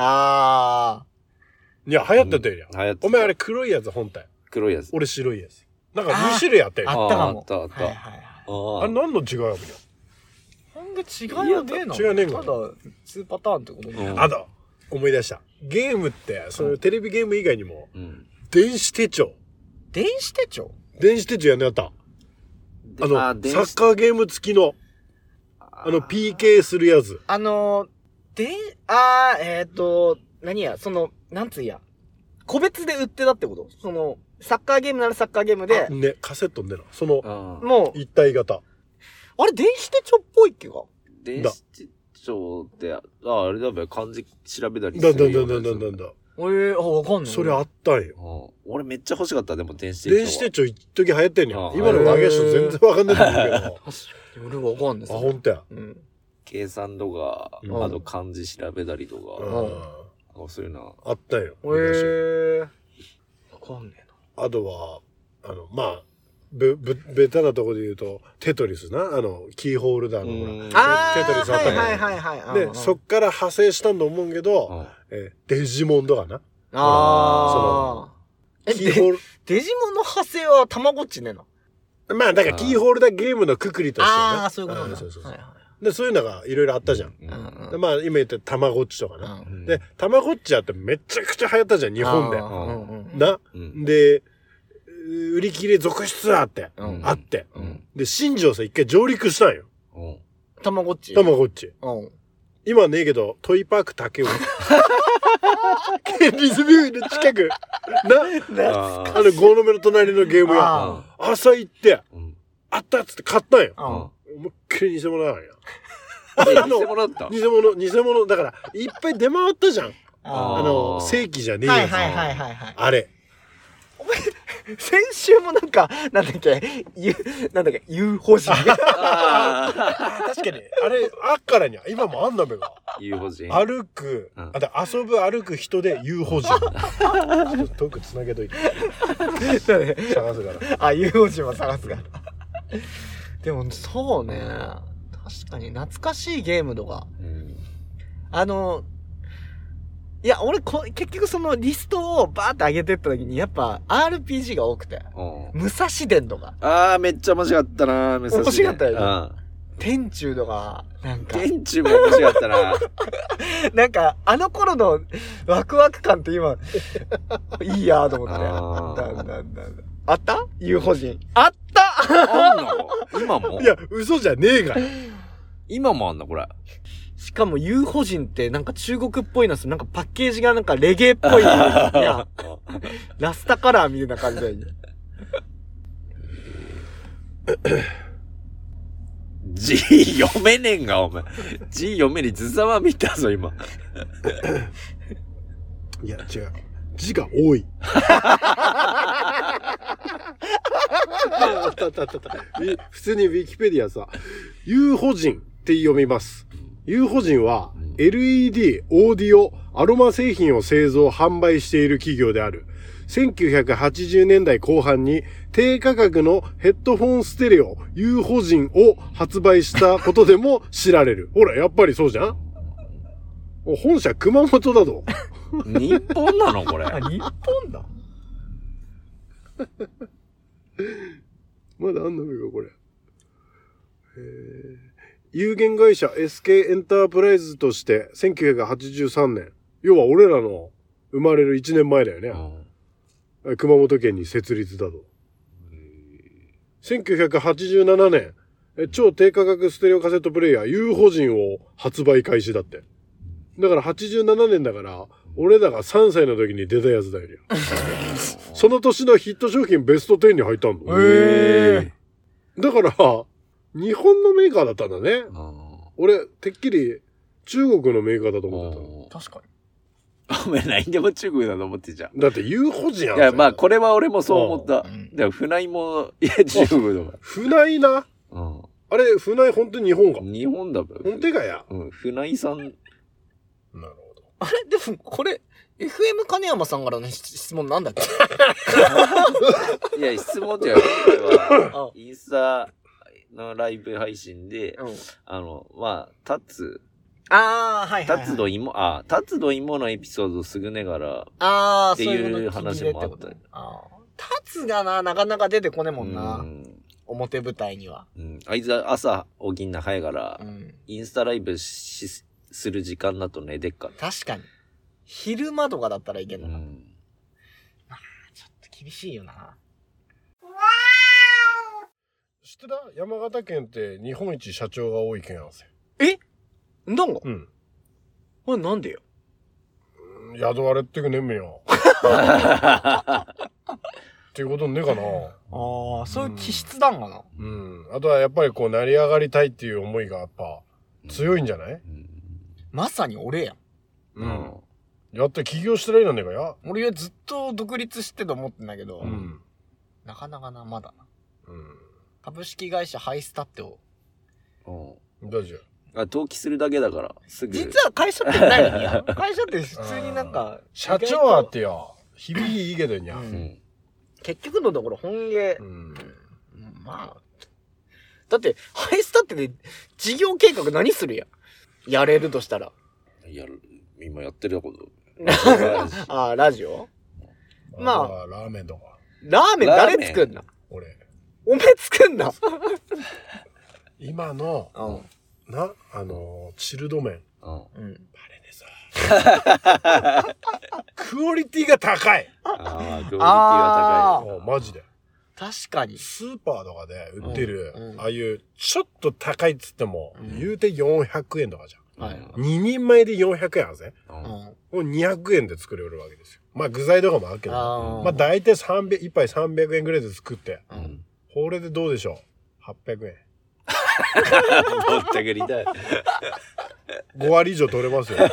いや、流行ってたよや。お前あれ黒いやつ本体。 黒いやつ。 俺白いやつ。なんか2種類あったよ。 あったかも。 あった。 あれ何の違いやもんや。 なんで違いはねえの？ 違いねえんか。 ただ、2パターンってことね。 あと、思い出した。ゲームって、そのテレビゲーム以外にも、電子手帳。 電子手帳？ 電子手帳やんねやった。サッカーゲーム付きの、PK するやつ。 何や、なんつうや。個別で売ってたってこと？サッカーゲームならサッカーゲームで。 ね、カセットねな。 もう、 一体型。 あれ、電子手帳っぽいっけか？ 電子手帳って、あれだべ、漢字調べたりするよ。 わかんない。 それあったんよ。 俺めっちゃ欲しかった、でも電子手帳。 電子手帳一時流行ってんねん。今の投げ人全然わかんないと思うけど。 俺わかんない。 あ、ほんとや。 計算とか、あと漢字調べたりとか、そういうのあったんよ。 わかんねえな。あとは、まあ、ベタなとこで言うと、テトリスな。キーホルダーのほら。テトリスあったんよ。で、そっから派生したんと思うけど、デジモンとかな。 デジモンの派生はたまごっちねえな。 まあ、だからキーホルダーゲームのくくりとしてね。そういうことだ。 で、そういうのがいろいろあったじゃん。でまあ、今言ったたまごっちとかな。で、たまごっちあってめちゃくちゃ流行ったじゃん、日本で。な。で、売り切れ続出あって。あって。で、新庄さん一回上陸したんよ。 たまごっち。 たまごっち。今ねえけど、トイパーク竹尾。県立病院の近く。5の目の隣のゲーム屋。朝行って、あったっつって買ったんよ。思いっきり偽物だからよ。 偽物だった？ 偽物。だから、いっぱい出回ったじゃん。正規じゃねえやつ。あれ。 お前、先週もなんだっけ、UFO 人。 確かに。あれ、あっからには、今もあんなべが。 UFO 人。 歩く、歩く人で UFO 人。遠くつなげといて。探すから。 UFO 人は探すから。でも、そうね。確かに、懐かしいゲームとか。いや、俺結局そのリストをバーって上げてった時に、やっぱ RPG が多くて。武蔵伝とか。 めっちゃ面白かったな、武蔵伝。 面白かったよね。天柱とか、 天柱も面白かったな。 あの頃のワクワク感って今、いいやと思って。あった ?UFO 人。あったあんの今も？ いや、嘘じゃねえが。 今もあんのこれ。 しかも UFO 人って中国っぽいのす、パッケージがレゲエっぽい。いや、ラスタカラーみたいな感じだよね。 字読めねえんが、お前。字読めにずさま見たぞ、今。 いや、違う。字が多い。普通にウィキペディアさ、UFO 人って読みます。UFO 人は LED、オーディオ、アロマ製品を製造、販売している企業である。1980年代後半に低価格のヘッドフォンステレオ UFO 人を発売したことでも知られる。ほら、やっぱりそうじゃん？本社熊本だぞ。 日本なのこれ。 日本だ。 まだあんのかこれ。有限会社 SK エンタープライズとして1983年、要は俺らの生まれる1年前だよね。熊本県に設立だと。1987年、超低価格ステレオカセットプレイヤー U 法人を発売開始だって。だから87年だから、俺らが3歳の時に出たやつだよね。その年のヒット商品ベスト10に入ったんだ。だから、日本のメーカーだったんだね。俺、てっきり中国のメーカーだと思ってた。確かに。 お前何でも中国だと思ってじゃん。 だって U 法人やん。 いや、まあこれは俺もそう思った。だから船井も、いや、中国だから。 船井な。あれ、船井本当に日本か。 日本だもん。 本当かや。 船井さん。なるほど。 あれでも、これ、FM 金山さんからの質問なんだっけいや、質問って今回は、インスタのライブ配信で、まあ、タツの芋のエピソードをすぐねがら、っていう話もあったり。 タツがなかなか出てこねえもんな。表舞台には。 あいつは朝起きんな早いから、インスタライブする時間だとね、でっか。 確かに。昼間とかだったらいけんのかな。ちょっと厳しいよな。 知ってた？山形県って日本一社長が多い県なんですよ。 んだんが？これなんでよ？ 雇われってくねんめよ。っていうことねえかな。 そういう気質だんがな。 あとはやっぱりこう成り上がりたいっていう思いがやっぱ強いんじゃない？ まさに俺やん。 やって起業してないなんだかや。 俺はずっと独立してと思ってんだけど、なかなかな、まだな。株式会社ハイスタってを。 大丈夫。 登記するだけだから、すぐ。 実は会社って何や会社って普通になんか。 社長はってよ。響きいいけどにゃ。 結局のところ本芸。まあ。だって、ハイスタってね、事業計画何するやん。やれるとしたら。 今やってること。 ラジオ？まあ。 ラーメンとか。 ラーメン誰作んな？ 俺。 おめえ作んな？ 今の、チルド麺。バレねえぞ。クオリティが高い。 クオリティが高い。マジで。 確かに。 スーパーとかで売ってる、ああいうちょっと高いっつっても、言うて400円とかじゃん。2人前で400円あるぜ。200円で作れるわけですよ。まあ具材とかもあるけど、まあ大体1杯300円ぐらいで作って、これでどうでしょう ?800 円。 ぼったくりたい。 5割以上取れますよ。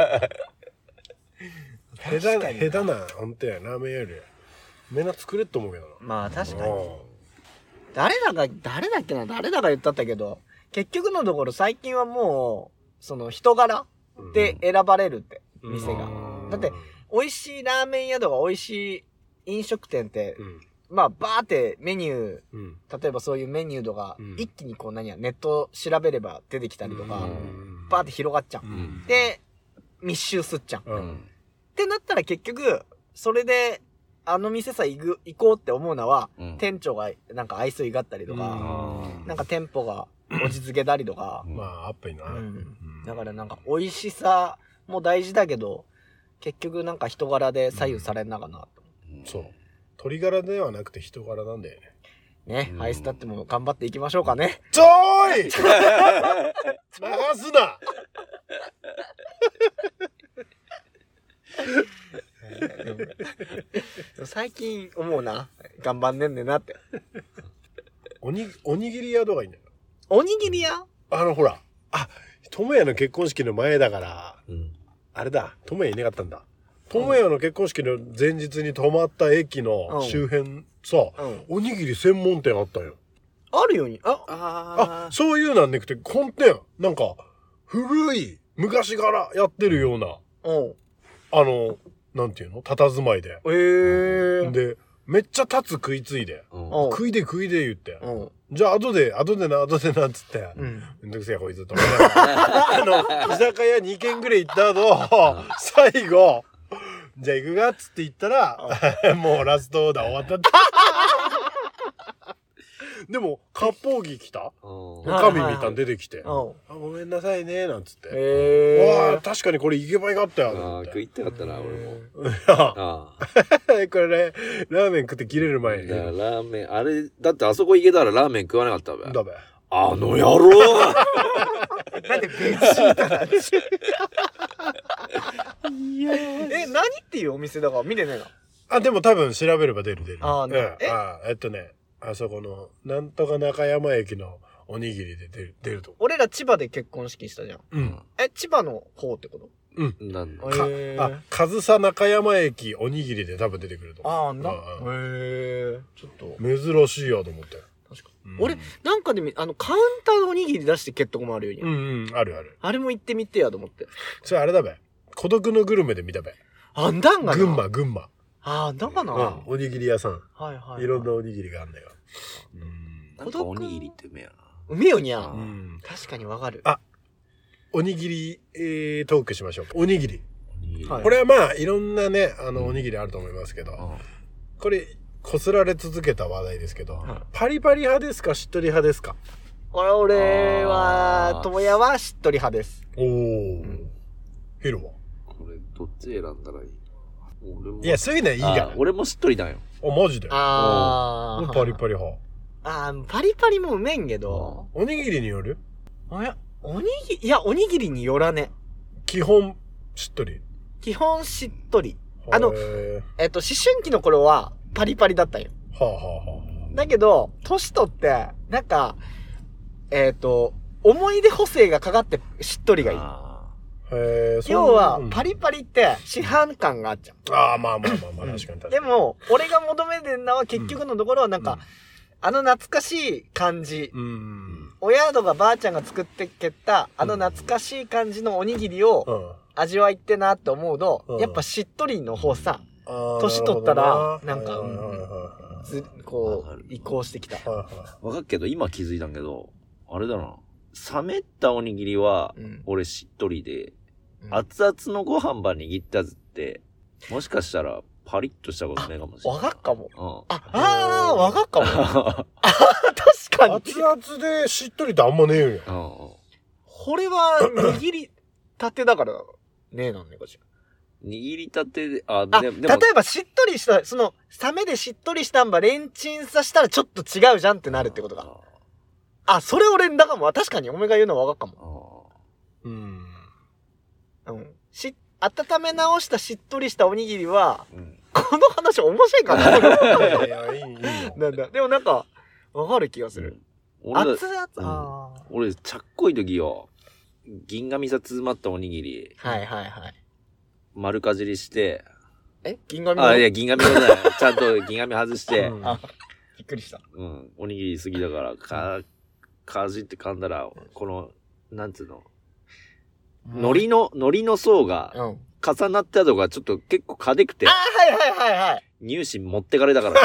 下手な、ほんとや、ラーメンより。みんな作れって思うけどな。 まあ確かに。誰だか言ったけど、結局のところ最近はもう、その人柄で選ばれるって、店が。だって、美味しいラーメン宿が美味しい飲食店って、まあ、バーってメニュー、例えばそういうメニューとか、一気にこうネット調べれば出てきたりとか、バーって広がっちゃう。で、密集すっちゃう。ってなったら結局、それで、あの店さ行こうって思うのは、店長がなんか愛想いがったりとか、なんか店舗が落ち着けたりとか。 まあ、アップにな。 だからなんか美味しさも大事だけど、結局なんか人柄で左右されんなかなと。 そう。鳥柄ではなくて人柄なんだよね。ね、ハイスタっても頑張っていきましょうかね。 ちょーい流すな最近思うな。頑張んねんねんなって。 おにぎり屋とかいいんだよ。 おにぎり屋？ ほら。智也の結婚式の前だから、あれだ、智也いなかったんだ。智也の結婚式の前日に泊まった駅の周辺さ、おにぎり専門店あったよ。 あるように。 そういうなんなくて、本店、なんか、古い、昔からやってるような、なんていうの？佇まいで。で、めっちゃ立つ食いついで。食いで言って。じゃあ、後でな、つって。めんどくせえこいつと思いながら。居酒屋2軒ぐらい行った後、最後、 じゃあ行くかっつって言ったら、もうラストオーダー終わったって。でも、割烹着来た神みたいに出てきて、ごめんなさいね、なんつって。わあ、確かにこれ行けばよかったよ。 食いたかったな、俺も。 これね、ラーメン食って切れる前に。 ラーメン、あれ、だってあそこ行けたらラーメン食わなかったべ。 だべ。 あの野郎なんでベジータなんでしょ。何っていうお店だから見てねえな。 あ、でも多分調べれば出る。 ね。 あそこの、なんとか中山駅のおにぎりで出ると。 俺ら千葉で結婚式したじゃん。 うん。 千葉の方ってこと？ うん。なんだ。上総中山駅おにぎりで多分出てくると。 ああ、ちょっと。 珍しいやと思って。 確かに。俺、なんかでカウンターのおにぎり出してけっとこもあるよね。ある。 あれも行ってみてやと思って。 それあれだべ。孤独のグルメで見たべ。 あんだんがな。 群馬。 ああ、だかな。 おにぎり屋さん。 はい。 いろんなおにぎりがあんだよ。 なんかおにぎりってうめえよな。 うめえよにゃ。確かにわかる。 あ、おにぎり、トークしましょう。おにぎり。これはまあ、いろんなね、おにぎりあると思いますけど、これ、こすられ続けた話題ですけど、パリパリ派ですか、しっとり派ですか？ 俺は、ともやはしっとり派です。 おー。ヒロは？ これ、どっち選んだらいい？ いや、そういうのはいいから。 俺もしっとりだよ。 マジで？俺パリパリ派。 パリパリもうめんけど。 おにぎりによる？ おにぎりによらね。 基本、しっとり。 基本しっとり。思春期の頃はパリパリだったよ。だけど、年取って、なんか、思い出補正がかかってしっとりがいい。要は、パリパリって市販感があっちゃう。 まあ、確かに。 でも、俺が求めてるのは結局のところはなんか、懐かしい感じ。親とかばあちゃんが作ってけた、懐かしい感じのおにぎりを味わいってなって思うと、やっぱしっとりの方さ、年取ったら、なんか、こう、移行してきた。 わかっけど、今気づいたんけど、あれだな。冷めったおにぎりは、俺しっとりで、熱々のご飯ば握ったやつって、もしかしたらパリッとしたことねかもしれない。 わかっかも。わかっかも。確かに。 熱々でしっとりってあんまねえよ。 これは握りたてだからねえなんねかしら。 握りたてで、 例えばしっとりした、冷めでしっとりしたんばレンチンさしたらちょっと違うじゃんってなるってことか。それ俺だかも。確かにおめが言うのはわかっかも。温め直したしっとりしたおにぎりは、この話面白いかな。 いいよ。 なんだ。でもなんか、わかる気がする。熱々、 俺、ちゃっこい時よ、銀紙さ詰まったおにぎり。丸かじりして。 銀紙？ いや、銀紙じゃない。ちゃんと銀紙外して。 びっくりした。 おにぎり好きだから、かじって噛んだら、この、なんつうの、海苔の層が重なったとがちょっと結構かでくて。乳歯持ってかれたから。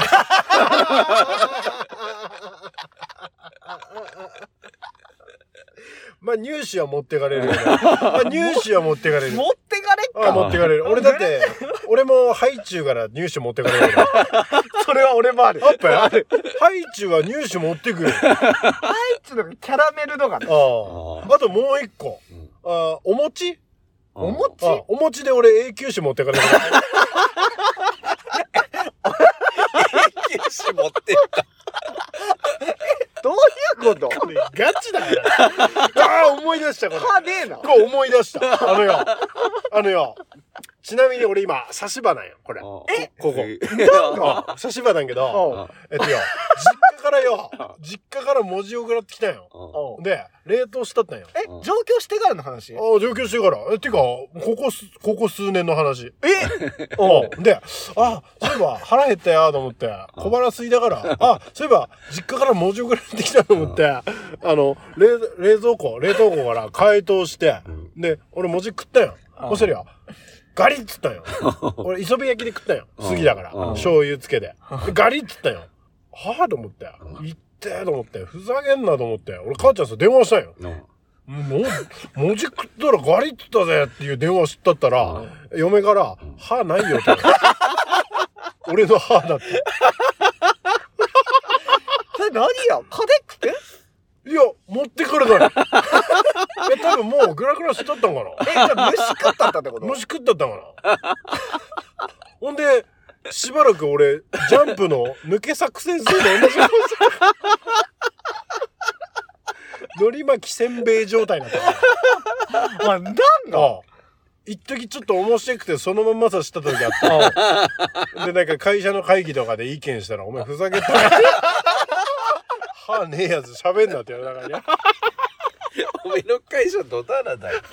まあ乳歯は持ってかれるよね。乳歯は持ってかれる。 持ってかれっか。 持ってかれる。俺だって、俺もハイチュウから乳歯持ってかれる。 それは俺もある。 ハイチュウは乳歯持ってくる。 ハイチュウのキャラメルとかね。 あともう一個。お餅？ お餅？ お餅で俺永久歯持ってかれる。 永久歯持ってか。 どういうこと？ これガチだから思い出したこれ。 派手な。 これ思い出した。あのよ。ちなみに俺今、差し歯なんよ、これ。ここ。差し歯なんけど、実家から文字送らってきたんよ。で、冷凍したったんよ。 上京してからの話？ 上京してから。てか、ここ数年の話。で、そういえば腹減ったやと思って、小腹空いたから、そういえば実家から文字送られてきたと思って、冷凍庫から解凍して、で、俺文字食ったよ。そしたらガリッつったんよ。俺、磯辺焼きで食ったんよ。好きだから。醤油つけて。ガリッつったんよ。と思って。行ってと思って。ふざけんなと思って。俺、母ちゃんさ、電話したんよ。 文字食ったらガリってたぜっていう電話知ったったら、嫁から、歯ないよって。俺の歯だって。 それ何やカデックっていや、持ってくるだよ。多分もうグラグラしとったんかな。 じゃあ虫食ったってこと？ 虫食ったったんかな。ほんで、しばらく俺、ジャンプの抜け作戦するの同じこと海苔巻きせんべい状態になった。 なんだ一時ちょっと面白くてそのままさした時あった。で、なんか会社の会議とかで意見したら、お前ふざけた。歯ねえやつ喋んなって言われたからね。 おめの会社ドタナだよ。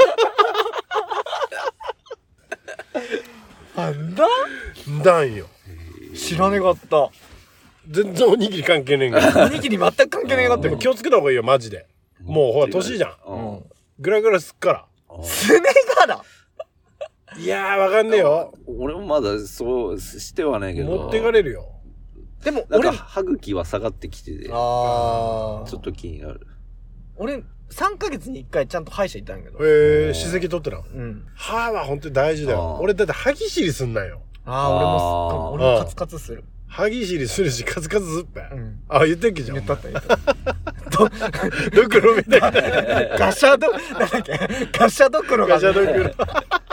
なんだだんよ。 知らねかった。 全然おにぎり関係ねえんが。 おにぎり全く関係ねえかったよ。 気をつけた方がいいよ、マジで。もうほら、年じゃん。グラグラすっから。 すねがだ。 いやー、わかんねえよ。 俺もまだそうしてはないけど。 持ってかれるよ。 でもなんか歯茎は下がってきてて、ちょっと気になる。 俺3ヶ月に1回ちゃんと歯医者行ったんやけど。 歯石取ってな。 うん。 歯は本当に大事だよ。俺だって歯ぎしりすんなよ。 俺もカツカツする。 歯ぎしりするしカツカツすっぺ。言ってっけじゃん。 言ったった言った。 ドクロみたいな。 ガシャド、なんだっけガシャドクロが。 ガシャドクロ。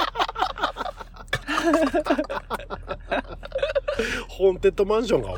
ホーンテッドマンションか、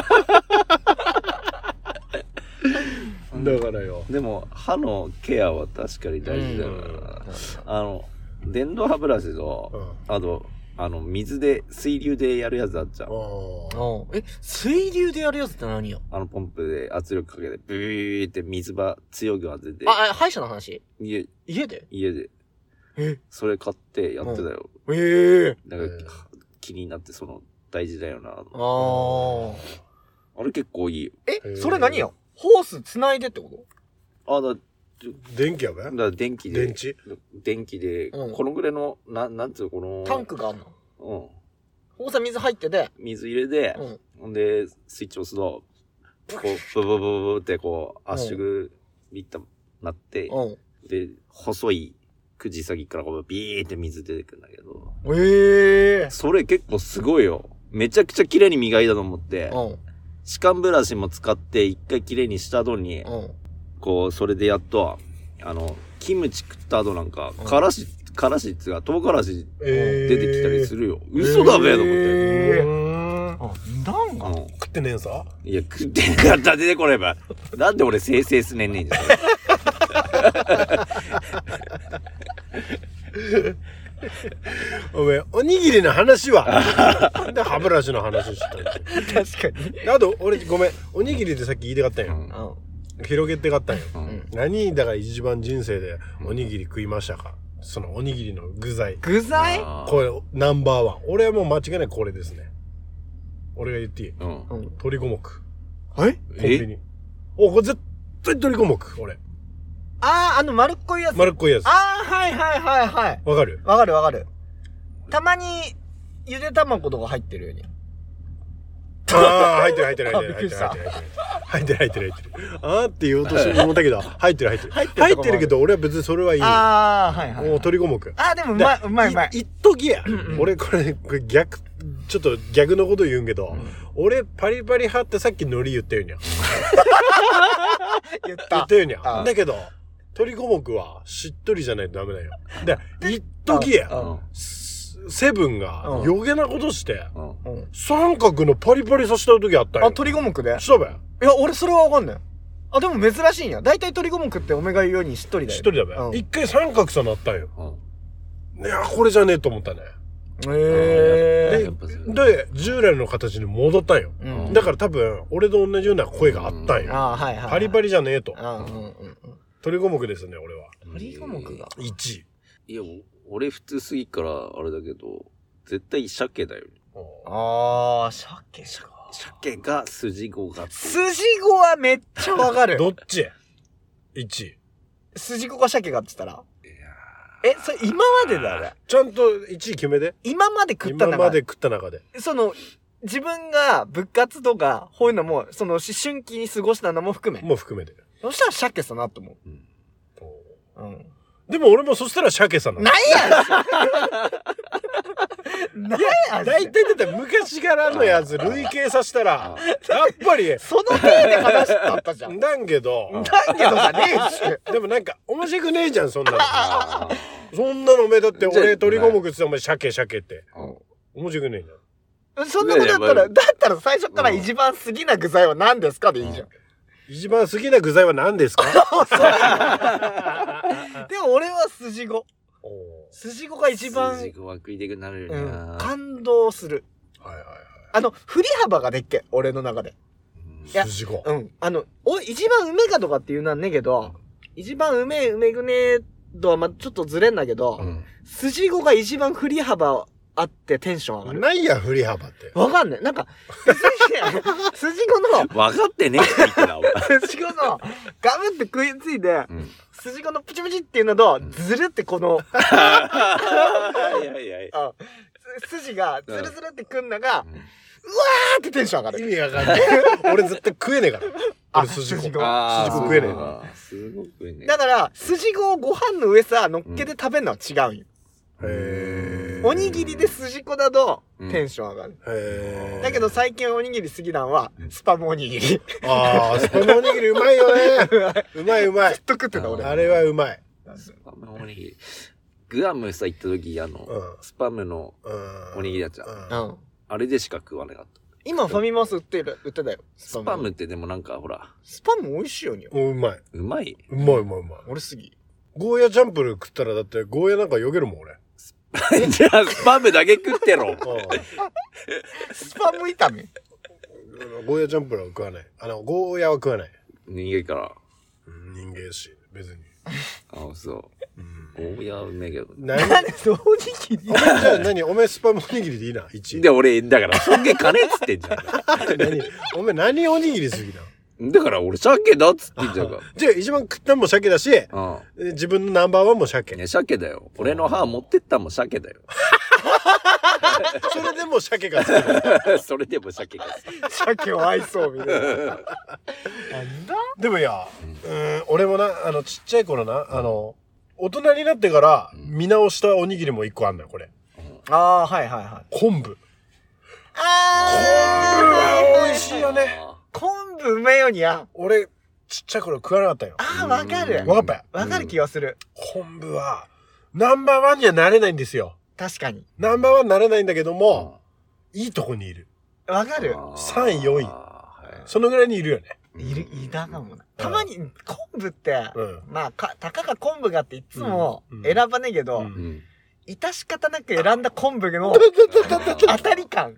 お前。だからよ。 でも歯のケアは確かに大事だよな。電動歯ブラシと、あと水で水流でやるやつあっちゃう。 水流でやるやつって何よ？ ポンプで圧力かけてブーって水場強く当てて。 歯医者の話？ 家で。それ買ってやってたよ。なんか気になって大事だよな。あれ結構いいよ。 それ何よ？ホース繋いでってこと？ 電気やべ？ 電気で、このぐらいの、なんつうこの。 タンクがあんの？ホースは水入ってて。 水入れて、ほんで、スイッチ押すと、こう、ブブブブって圧縮ビッタなって、で、細い口先からビーって水出てくるんだけど。それ結構すごいよ。めちゃくちゃ綺麗に磨いたと思って、歯間ブラシも使って一回綺麗にした後に、それでやっと、キムチ食った後なんか、からしっていうか、唐辛子出てきたりするよ。嘘だべと思って。 なんか食ってねえんさ？ いや、食ってんかったら出てこれば。なんで俺生成すねんねんじゃん。 おめえ、おにぎりの話はなんで歯ブラシの話したの？ 確かに。 あと、俺、ごめん、おにぎりってさっき言いたかったんよ。広げて買ったんよ。何だから一番人生でおにぎり食いましたか？そのおにぎりの具材。 具材？ これ、ナンバーワン。俺はもう間違いないこれですね。俺が言っていい？鶏五目。コンビニ。これ絶対鶏五目、俺。 丸っこいやつ。 丸っこいやつ。 はいはいはいはい。 わかる？ わかるわかる。たまに、ゆで卵とか入ってるよね。 入ってる。入ってる。って言おうとして思ったけど、入ってるけど、俺は別にそれはいい。もう鶏五目。 でもうまい。 一時や。俺これちょっと逆のこと言うんけど、俺パリパリ派ってさっき海苔言ったよにゃ。言ったよにゃ。だけど、鶏五目はしっとりじゃないとダメだよ。で、一時や。セブンが余計なことして、三角のパリパリさせた時あったよ。 鶏五目で？ そうべ。 いや、俺それはわかんない。でも珍しいんや。だいたい鶏五目っておめが言うようにしっとりだよ。 しっとりだべ。一回三角さなったんよ。いや、これじゃねえと思ったね。で、従来の形に戻ったんよ。だから多分、俺と同じような声があったんよ。パリパリじゃねえと。鶏五目ですね、俺は。 鶏五目が 1位。 いや、俺普通すぎからあれだけど、絶対鮭だよ。 鮭か。 鮭が筋子が。 筋子はめっちゃわかる。 どっち ?1 位。 筋子か鮭かって言ったら？それ今までだね。 ちゃんと1位決めて。 今まで食った中で。 自分が部活とか、こういうのも、思春期に過ごしたのも含め。 もう含めて。 そしたら鮭さなと思う。 でも俺もそしたら鮭さんなの。 なんや大体だって昔からのやつ類型させたら、やっぱり。 その手で話だったじゃん。 なんけどじゃねえし。 でもなんか、面白くねえじゃん、そんなの。そんなのおめえだって、俺、鶏五目って言ってお前、鮭って。面白くねえじゃん。そんなことだったら最初から一番好きな具材は何ですかでいいじゃん。 一番好きな具材は何ですか？ でも俺は筋子。筋子が一番筋子は食いたくなるよな、 感動する。振り幅がでっけ、俺の中で。 筋子。 一番うめかとかっていうのはねえけど、一番うめぐねとはちょっとずれんだけど、筋子が一番振り幅あってテンション上がる。 何や振り幅って。 わかんない。なんか、筋子の。 わかってねえって言ってた、 筋子の、ガブって食いついて、筋子のプチプチっていうのと、ずるってこの、筋がずるずるってくんのが、うわーってテンション上がる。 意味わかんない。俺絶対食えねえから。俺筋子。筋子食えねえから。 すごく食えねえ。 だから、筋子をご飯の上さ、乗っけて食べるのは違うんよ。おにぎりで筋子だとテンション上がる。だけど最近おにぎり好きなんはスパムおにぎり。 スパムおにぎりうまいよね。うまい。ずっと食ってた俺。 あれはうまい。 スパムおにぎり。グアムさ行った時スパムのおにぎりやつじゃん。あれでしか食わなかった。 今ファミマス売ってたよ。 スパムってでもなんかほら。 スパム美味しいよね。 うまい。 うまい。 俺好き。 ゴーヤチャンプル食ったらだってゴーヤなんかよげるもん俺。 じゃあスパムだけ食ってろ。 スパム炒め。 ゴーヤチャンプルは食わない。ゴーヤは食わない。 人間から。 人間し、別に。 そう。ゴーヤはうめえけど。 何おにぎり？ じゃあ何お前スパムおにぎりでいいな、1。 で、俺、だから、そんげ金っつってんじゃん。 お前何おにぎり好きな？ だから俺鮭だっつってんじゃんか。 じゃあ一番食ったのも鮭だし、自分のナンバーワンも鮭。 ね、鮭だよ。俺の歯持ってったのも鮭だよ。 それでも鮭が好き。それでも鮭が好き。鮭を愛そうみたいな。なんだ？ でもいや、俺もな、ちっちゃい頃な、大人になってから見直したおにぎりも一個あんのよ、これ。 はい。 昆布。昆布は美味しいよね。 昆布うめえよにゃ。 俺、ちっちゃい頃食わなかったよ。 わかる。 わかる気がする。 昆布は、ナンバーワンにはなれないんですよ。 確かに。 ナンバーワンになれないんだけども、いいとこにいる。 わかる。 3位、4位。そのぐらいにいるよね。 いたかもな。たまに、昆布って、たかが昆布がっていつも選ばねえけど、致し方なく選んだ昆布の当たり感。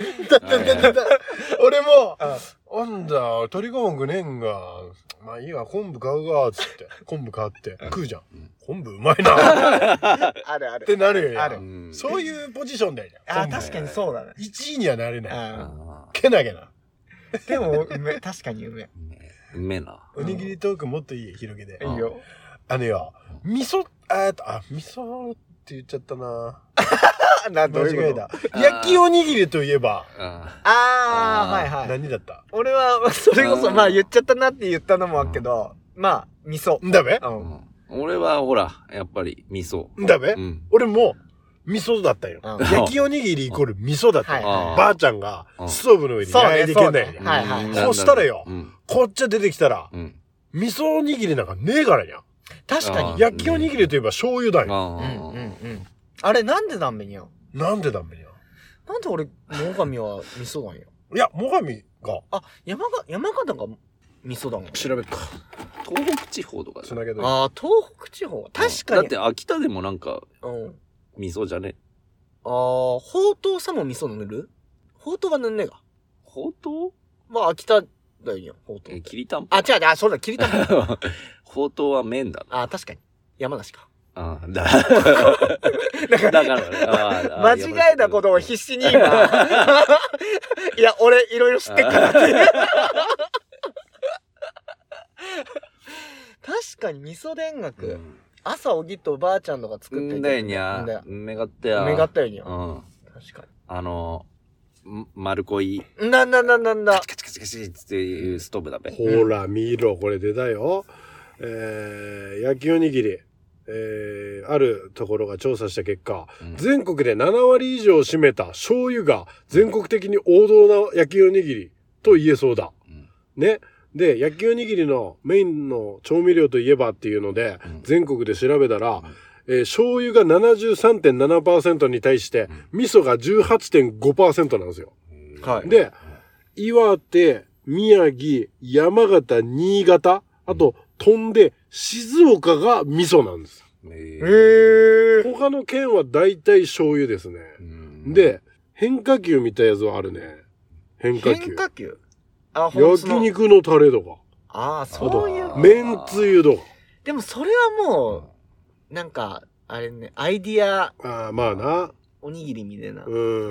俺も、なんだ、鶏ごまくねえんが、まあいいわ、昆布買うが、つって、昆布買って食うじゃん。昆布うまいな。 ある。 ってなるよ。そういうポジションだよ。 確かにそうだね。 1位にはなれない。けなげな。 でも、確かにうめえ。 うめえな。 おにぎりトークもっといい、広げで。 いいよ。 味噌って言っちゃったな。間違えた。焼きおにぎりといえば。 はい。 何だった？ 俺は、それこそ、言っちゃったなって言ったのもあるけど、味噌。 だべ？ 俺はほら、やっぱり味噌。 だべ？俺も、味噌だったよ。焼きおにぎりイコール味噌だったよ。ばあちゃんが、ストーブの上に焼いてけんだよ。そしたらよ、こっち出てきたら、味噌おにぎりなんかねえからにゃ。 確かに。 焼きおにぎりといえば醤油だよ。 あれなんでダメにゃ？ なんでダメにゃ？ なんで俺、最上は味噌なんや？ いや、最上が。 山形が味噌だもん。 調べるか。 東北地方とかつなげと東北地方。確かに。 だって秋田でもなんか、味噌じゃね？ ほうとうさも味噌塗る？ほうとうは塗んねえが。 ほうとう？秋田だよ、ほうとう。 きりたんぽ。 違う、そうだ、きりたんぽ。 ほうとうは麺だな。確かに。山梨か。 だから間違えたことを必死に今。いや、俺、いろいろ知ってっからって。確かに味噌田楽。朝おぎっとおばあちゃんのが作ってんだよにゃ。めがったよ。 めがったよにゃ。確かに。 丸濃い。 なんだ。 カチカチっていうストーブだべ。 ほら、見ろ、これ出たよ。焼きおにぎり。 あるところが調査した結果、全国で7割以上を占めた醤油が全国的に王道な焼きおにぎりと言えそうだ。ね。で、焼きおにぎりのメインの調味料といえばっていうので、全国で調べたら、醤油が 73.7% に対して、味噌が 18.5% なんですよ。はい。で、岩手、宮城、山形、新潟、あと、飛んで、静岡が味噌なんです。他の県は大体醤油ですね。で、変化球みたいなやつはあるね。変化球。 変化球？ 焼肉のタレとか。 ああ、そういう。 めんつゆとか。 でもそれはもう、なんか、あれね、アイディア。 ああ、まあな。 おにぎりみたいな。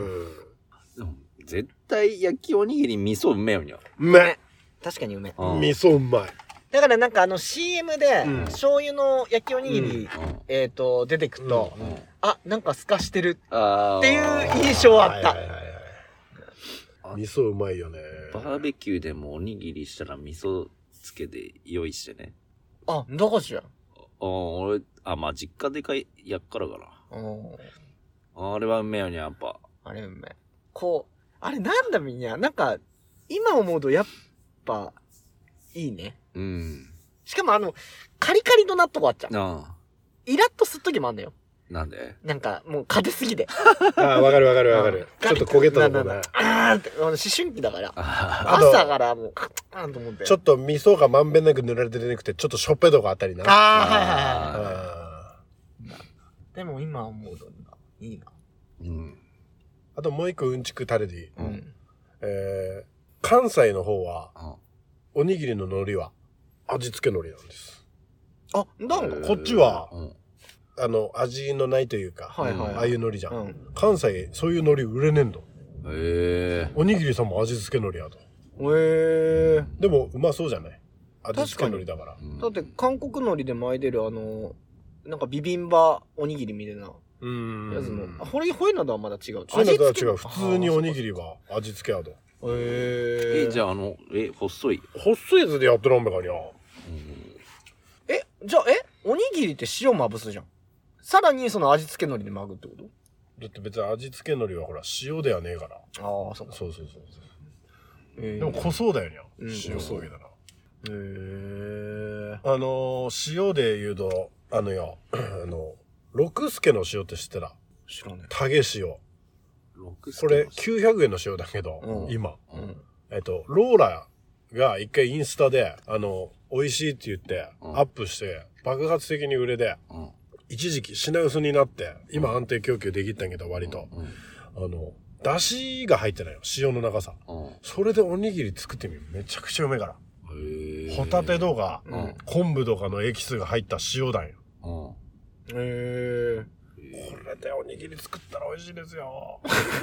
絶対焼きおにぎり味噌うめえよにゃ。 うめえ。 確かにうめえ。 味噌うまい。 だからなんかCM で、醤油の焼きおにぎり、出てくと、あ、なんか透かしてるっていう印象あった。 味噌うまいよね。 バーベキューでもおにぎりしたら味噌つけで用意してね。 あ、だかしら。 俺、まあ実家でやっからかな。あれはうめえよにゃ、やっぱ。 あれうめえ。こう、あれなんだみんな、なんか、今思うとやっぱ、いいね。しかもカリカリとなっとこあっちゃう。イラッとするときもあんだよ。 なんで？ なんか、もう勝てすぎて。 わかる。ちょっと焦げたとこね。 思春期だから。朝からもう、カッと思って。 ちょっと味噌がまんべんなく塗られてなくて、ちょっとしょっぺとかあったりな。 でも今思うといいな。 あともう一個うんちくタレでいい。関西の方は、おにぎりの海苔は味付け海苔なんです。 あ、なんかこっちは、味のないというか、ああいう海苔じゃん。関西、そういう海苔売れねえんだ。おにぎりさんも味付け海苔やと。でも、うまそうじゃない味付け海苔だから。 だって、韓国海苔で巻いてるなんかビビンバおにぎりみたいな。やつも。ほいのとはまだ違う。 ほいのとは違う。普通におにぎりは味付けやと。 じゃあ細いやつでやってらんべかにゃ。 じゃあ、おにぎりって塩まぶすじゃん。さらにその味付け海苔で巻くってこと？ だって別に味付け海苔はほら、塩ではねえから。 そうか。 そう。でも濃そうだよにゃ。塩そうげだな。塩で言うと、六助の塩って知ってた？ 知らねえ。 タゲ塩。これ900円の塩だけど、今。ローラが一回インスタで、美味しいって言って、アップして、爆発的に売れで、一時期品薄になって、今安定供給できたんけど、割と。だしが入ってないよ、塩の長さ。それでおにぎり作ってみる。めちゃくちゃうめえから。ホタテとか、昆布とかのエキスが入った塩だよ。これでおにぎり作ったら美味しいですよ。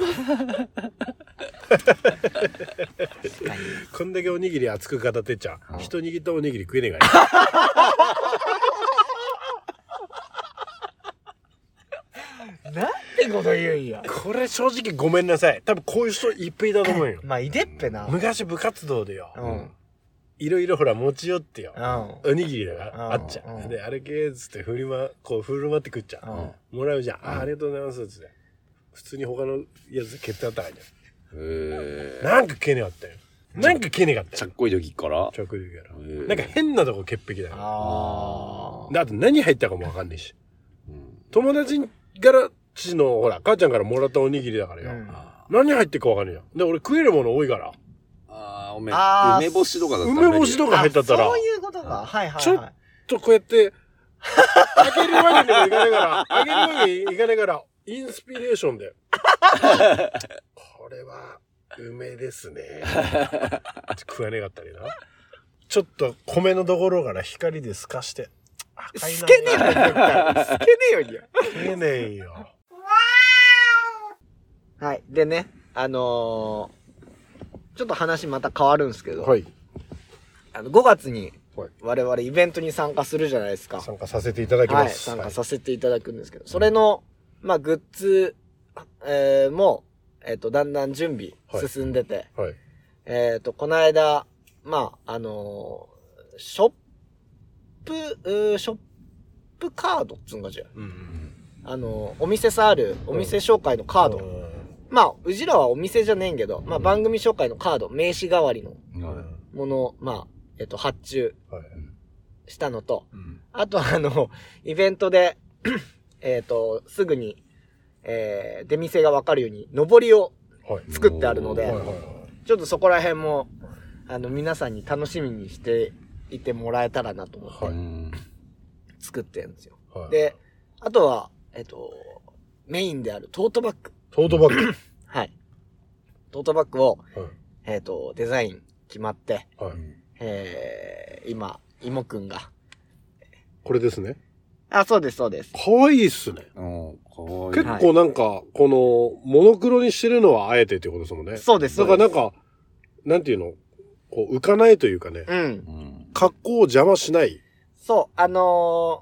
こんだけおにぎり熱く語ってっちゃう。一握ったおにぎり食えねえから。 なんてこと言うんや。 これ正直ごめんなさい。多分こういう人いっぱいだと思うよ。 まあ、いでっぺな。 昔部活動でよ。いろいろほら持ち寄ってよ。おにぎりだからあっちゃう。で、あれけーっつって振る舞って食っちゃう。もらうじゃん。ありがとうございますっつって。普通に他のやつ決定あったからじゃん。なんかけねえかったよ。なんかけねえかったよ。 ちゃっこい時から。 ちゃっこい時から。なんか変なとこ潔癖だよ。で、あと何入ったかもわかんないし。友達からちのほら、母ちゃんからもらったおにぎりだからよ。何入ってるかわかんないよ。で、俺食えるもの多いから。 梅干しとかだったら。 梅干しとか入ったったら。 そういうことか。 ちょっとこうやって、開けるわけにもいかねえから、インスピレーションで。これは、梅ですね。食わねえかったりな。ちょっと米のところから光で透かして。 透けねえよ、絶対。透けねえよ、いや。 透けねえよ。 はい。でね、ちょっと話また変わるんですけど、 はい。 5月に我々イベントに参加するじゃないですか。 参加させていただきます。 はい、参加させていただくんですけど、それの、まあ、グッズ、も、だんだん準備進んでて、 はい。 この間、まあ、ショッププカードっつうんかじゃ、お店さあるお店紹介のカード、まあうちらはお店じゃねえんけど、まあ番組紹介のカード、名刺代わりのものをまあ発注したのと、あとイベントですぐに出店がわかるように上りを作ってあるので、ちょっとそこら辺も皆さんに楽しみにしていてもらえたらなと思って作ってるんですよ。で、あとはメインであるトートバッグ。はい。トートバッグをデザイン決まって、今芋くんがこれですね。 あ、そうです、そうです。 かわいいっすね。結構なんか、この、モノクロにしてるのはあえてってことですもんね。 そうです。 だからなんか、なんていうの、こう、浮かないというかね。格好を邪魔しない。 そう、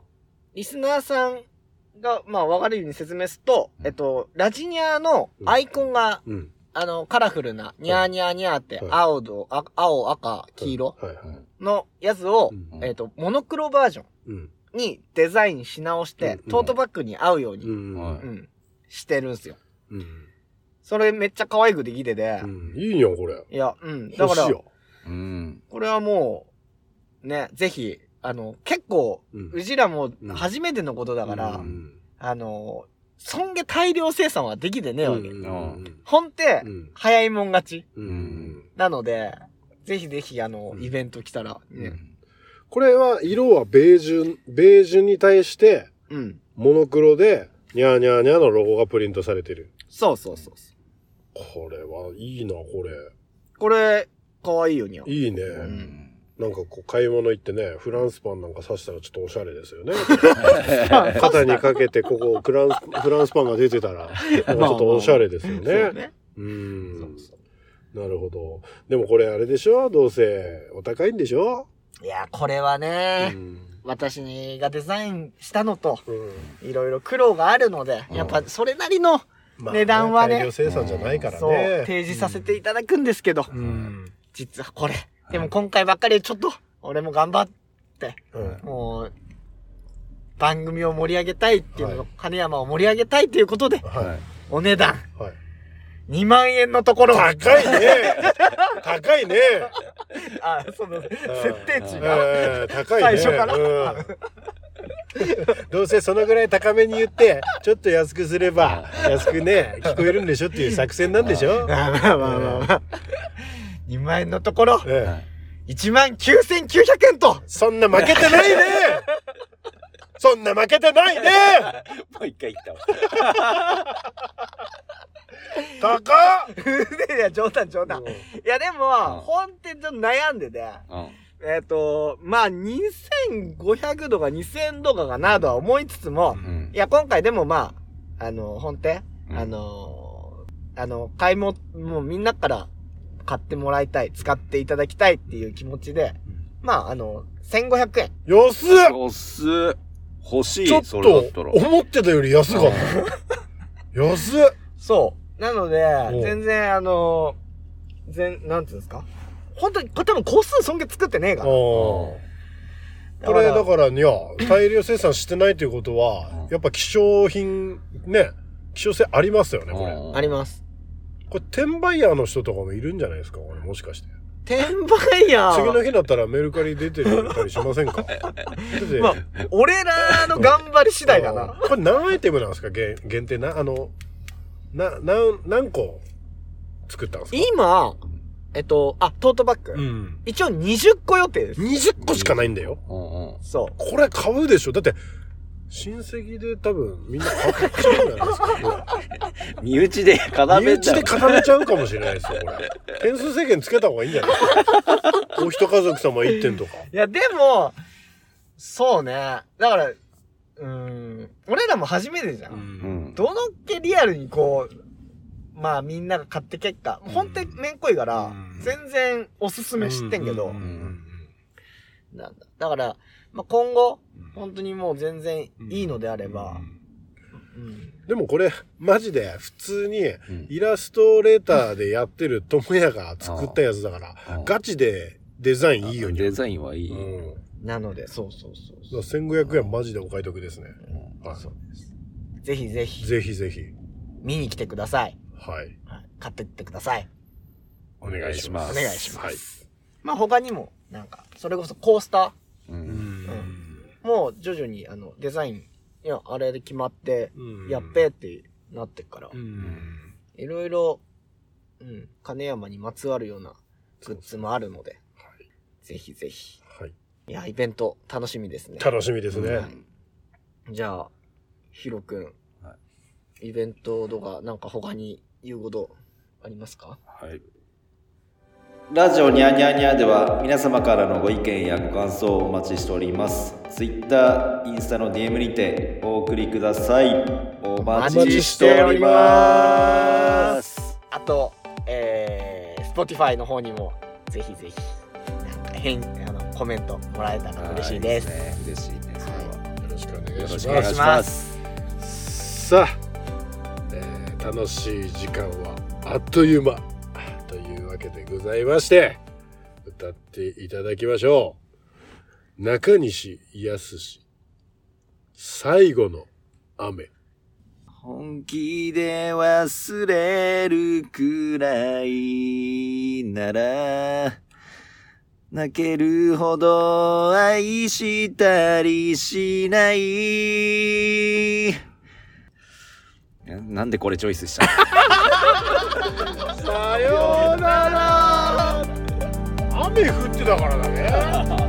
リスナーさんが、まあ、わかるように説明すると、ラジニアのアイコンが、カラフルな、ニャーニャーニャーって、青、赤、黄色のやつを、モノクロバージョン。にデザインし直して、トートバッグに合うように、してるんすよ。それめっちゃ可愛くできてて。 いいよ、これ。 いや、だから、これはもう、ね、ぜひ、結構、うちらも初めてのことだから、そんげ大量生産はできてねえわけ。ほんて、早いもん勝ち。なので、ぜひぜひ、イベント来たら、ね。 これは、色はベージュに対して、モノクロで、ニャーニャーニャーのロゴがプリントされてる。 そう。 これはいいな、これ。 これ、かわいいよにゃ。 いいね。なんかこう、買い物行ってね、フランスパンなんか刺したらちょっとおしゃれですよね。肩にかけて、ここ、フランスパンが出てたら、ちょっとおしゃれですよね。なるほど。でもこれあれでしょ？どうせ、お高いんでしょ？ いや、これはね、私がデザインしたのと、いろいろ苦労があるので、やっぱそれなりの値段はね、 大量生産じゃないからね。 そう、提示させていただくんですけど、実はこれ、でも今回ばっかりちょっと、俺も頑張って、もう、番組を盛り上げたいっていうの、金山を盛り上げたいということで、お値段、2万円のところ。 高いね。高いね。 その、設定値が。 高いね。 最初から。 どうせそのぐらい高めに言って、ちょっと安くすれば、安くね、聞こえるんでしょっていう作戦なんでしょ？ まあ。2万円のところ、19,900円と。 そんな負けてないね。そんな負けてないね。 もう一回言ったわ。 高っいや、冗談。いや、でも、本店ちょっと悩んでて、まあ、2,500とか2,000とかかなとは思いつつも、いや、今回でもまあ、本店、買いもうみんなから買ってもらいたい、使っていただきたいっていう気持ちで、まあ、1,500円。 安っ欲しい。 ちょっと、思ってたより安かった。安っそう。なので、全然なんていうんですか？本当に、これ多分個数そんげ作ってねえから。 これだからには、大量生産してないということは、やっぱ希少品、ね、希少性ありますよね、これ。 あります。これ、 転売ヤーの人とかもいるんじゃないですか、これ、もしかして。 転売ヤー次の日だったらメルカリ出てたりしませんか？ まあ、俺らの頑張り次第だな。 これ何アイテムなんですか？限定何個作ったんですか？ 今、トートバッグ、一応20個予定です。 20個しかないんだよ。 そう。 これ買うでしょ。だって、親戚で多分みんな買っちゃうんじゃないですか。 身内で固めちゃうかもしれないですよ、これ。点数制限つけた方がいいんじゃないですか。お一家族様1点とか。 いや、でも、そうね。だから、俺らも初めてじゃん。どのっけリアルにこう、まあみんなが買って結果、ほんとめんこいから、全然おすすめ知ってんけど、なんだ。だから、まあ今後、本当にもう全然いいのであれば、 でもこれ、マジで普通にイラストレーターでやってる友也が作ったやつだから、ガチでデザインいいよね。 デザインはいい。 なので、そう。 1500円マジでお買い得ですね。はい。そうです。 ぜひぜひ。 ぜひぜひ。 見に来てください。 はい。 買ってってください。 お願いします。 お願いします。はい。まあ他にも、なんか、それこそコースター。もう徐々にデザイン、いや、あれで決まって、やっべーってなってから、いろいろ、金山にまつわるようなグッズもあるので、ぜひぜひ。はい。いや、イベント楽しみですね。 楽しみですね。 じゃあ、ヒロ君、イベントとかなんか他に言うことありますか？ はい。ラジオニャーニャーニャーでは皆様からのご意見やご感想をお待ちしております。Twitter、インスタの DM にてお送りください。お待ちしております。 あと、Spotify の方にもぜひぜひなんかコメントもらえたら嬉しいです。 嬉しいです。よろしくお願いします。さあ、楽しい時間はあっという間というわけでございまして、歌っていただきましょう。中西康史、最後の雨。 本気で忘れるくらいなら泣けるほど愛したりしない。なんでこれチョイスしたの？さようなら。雨降ってたからだね。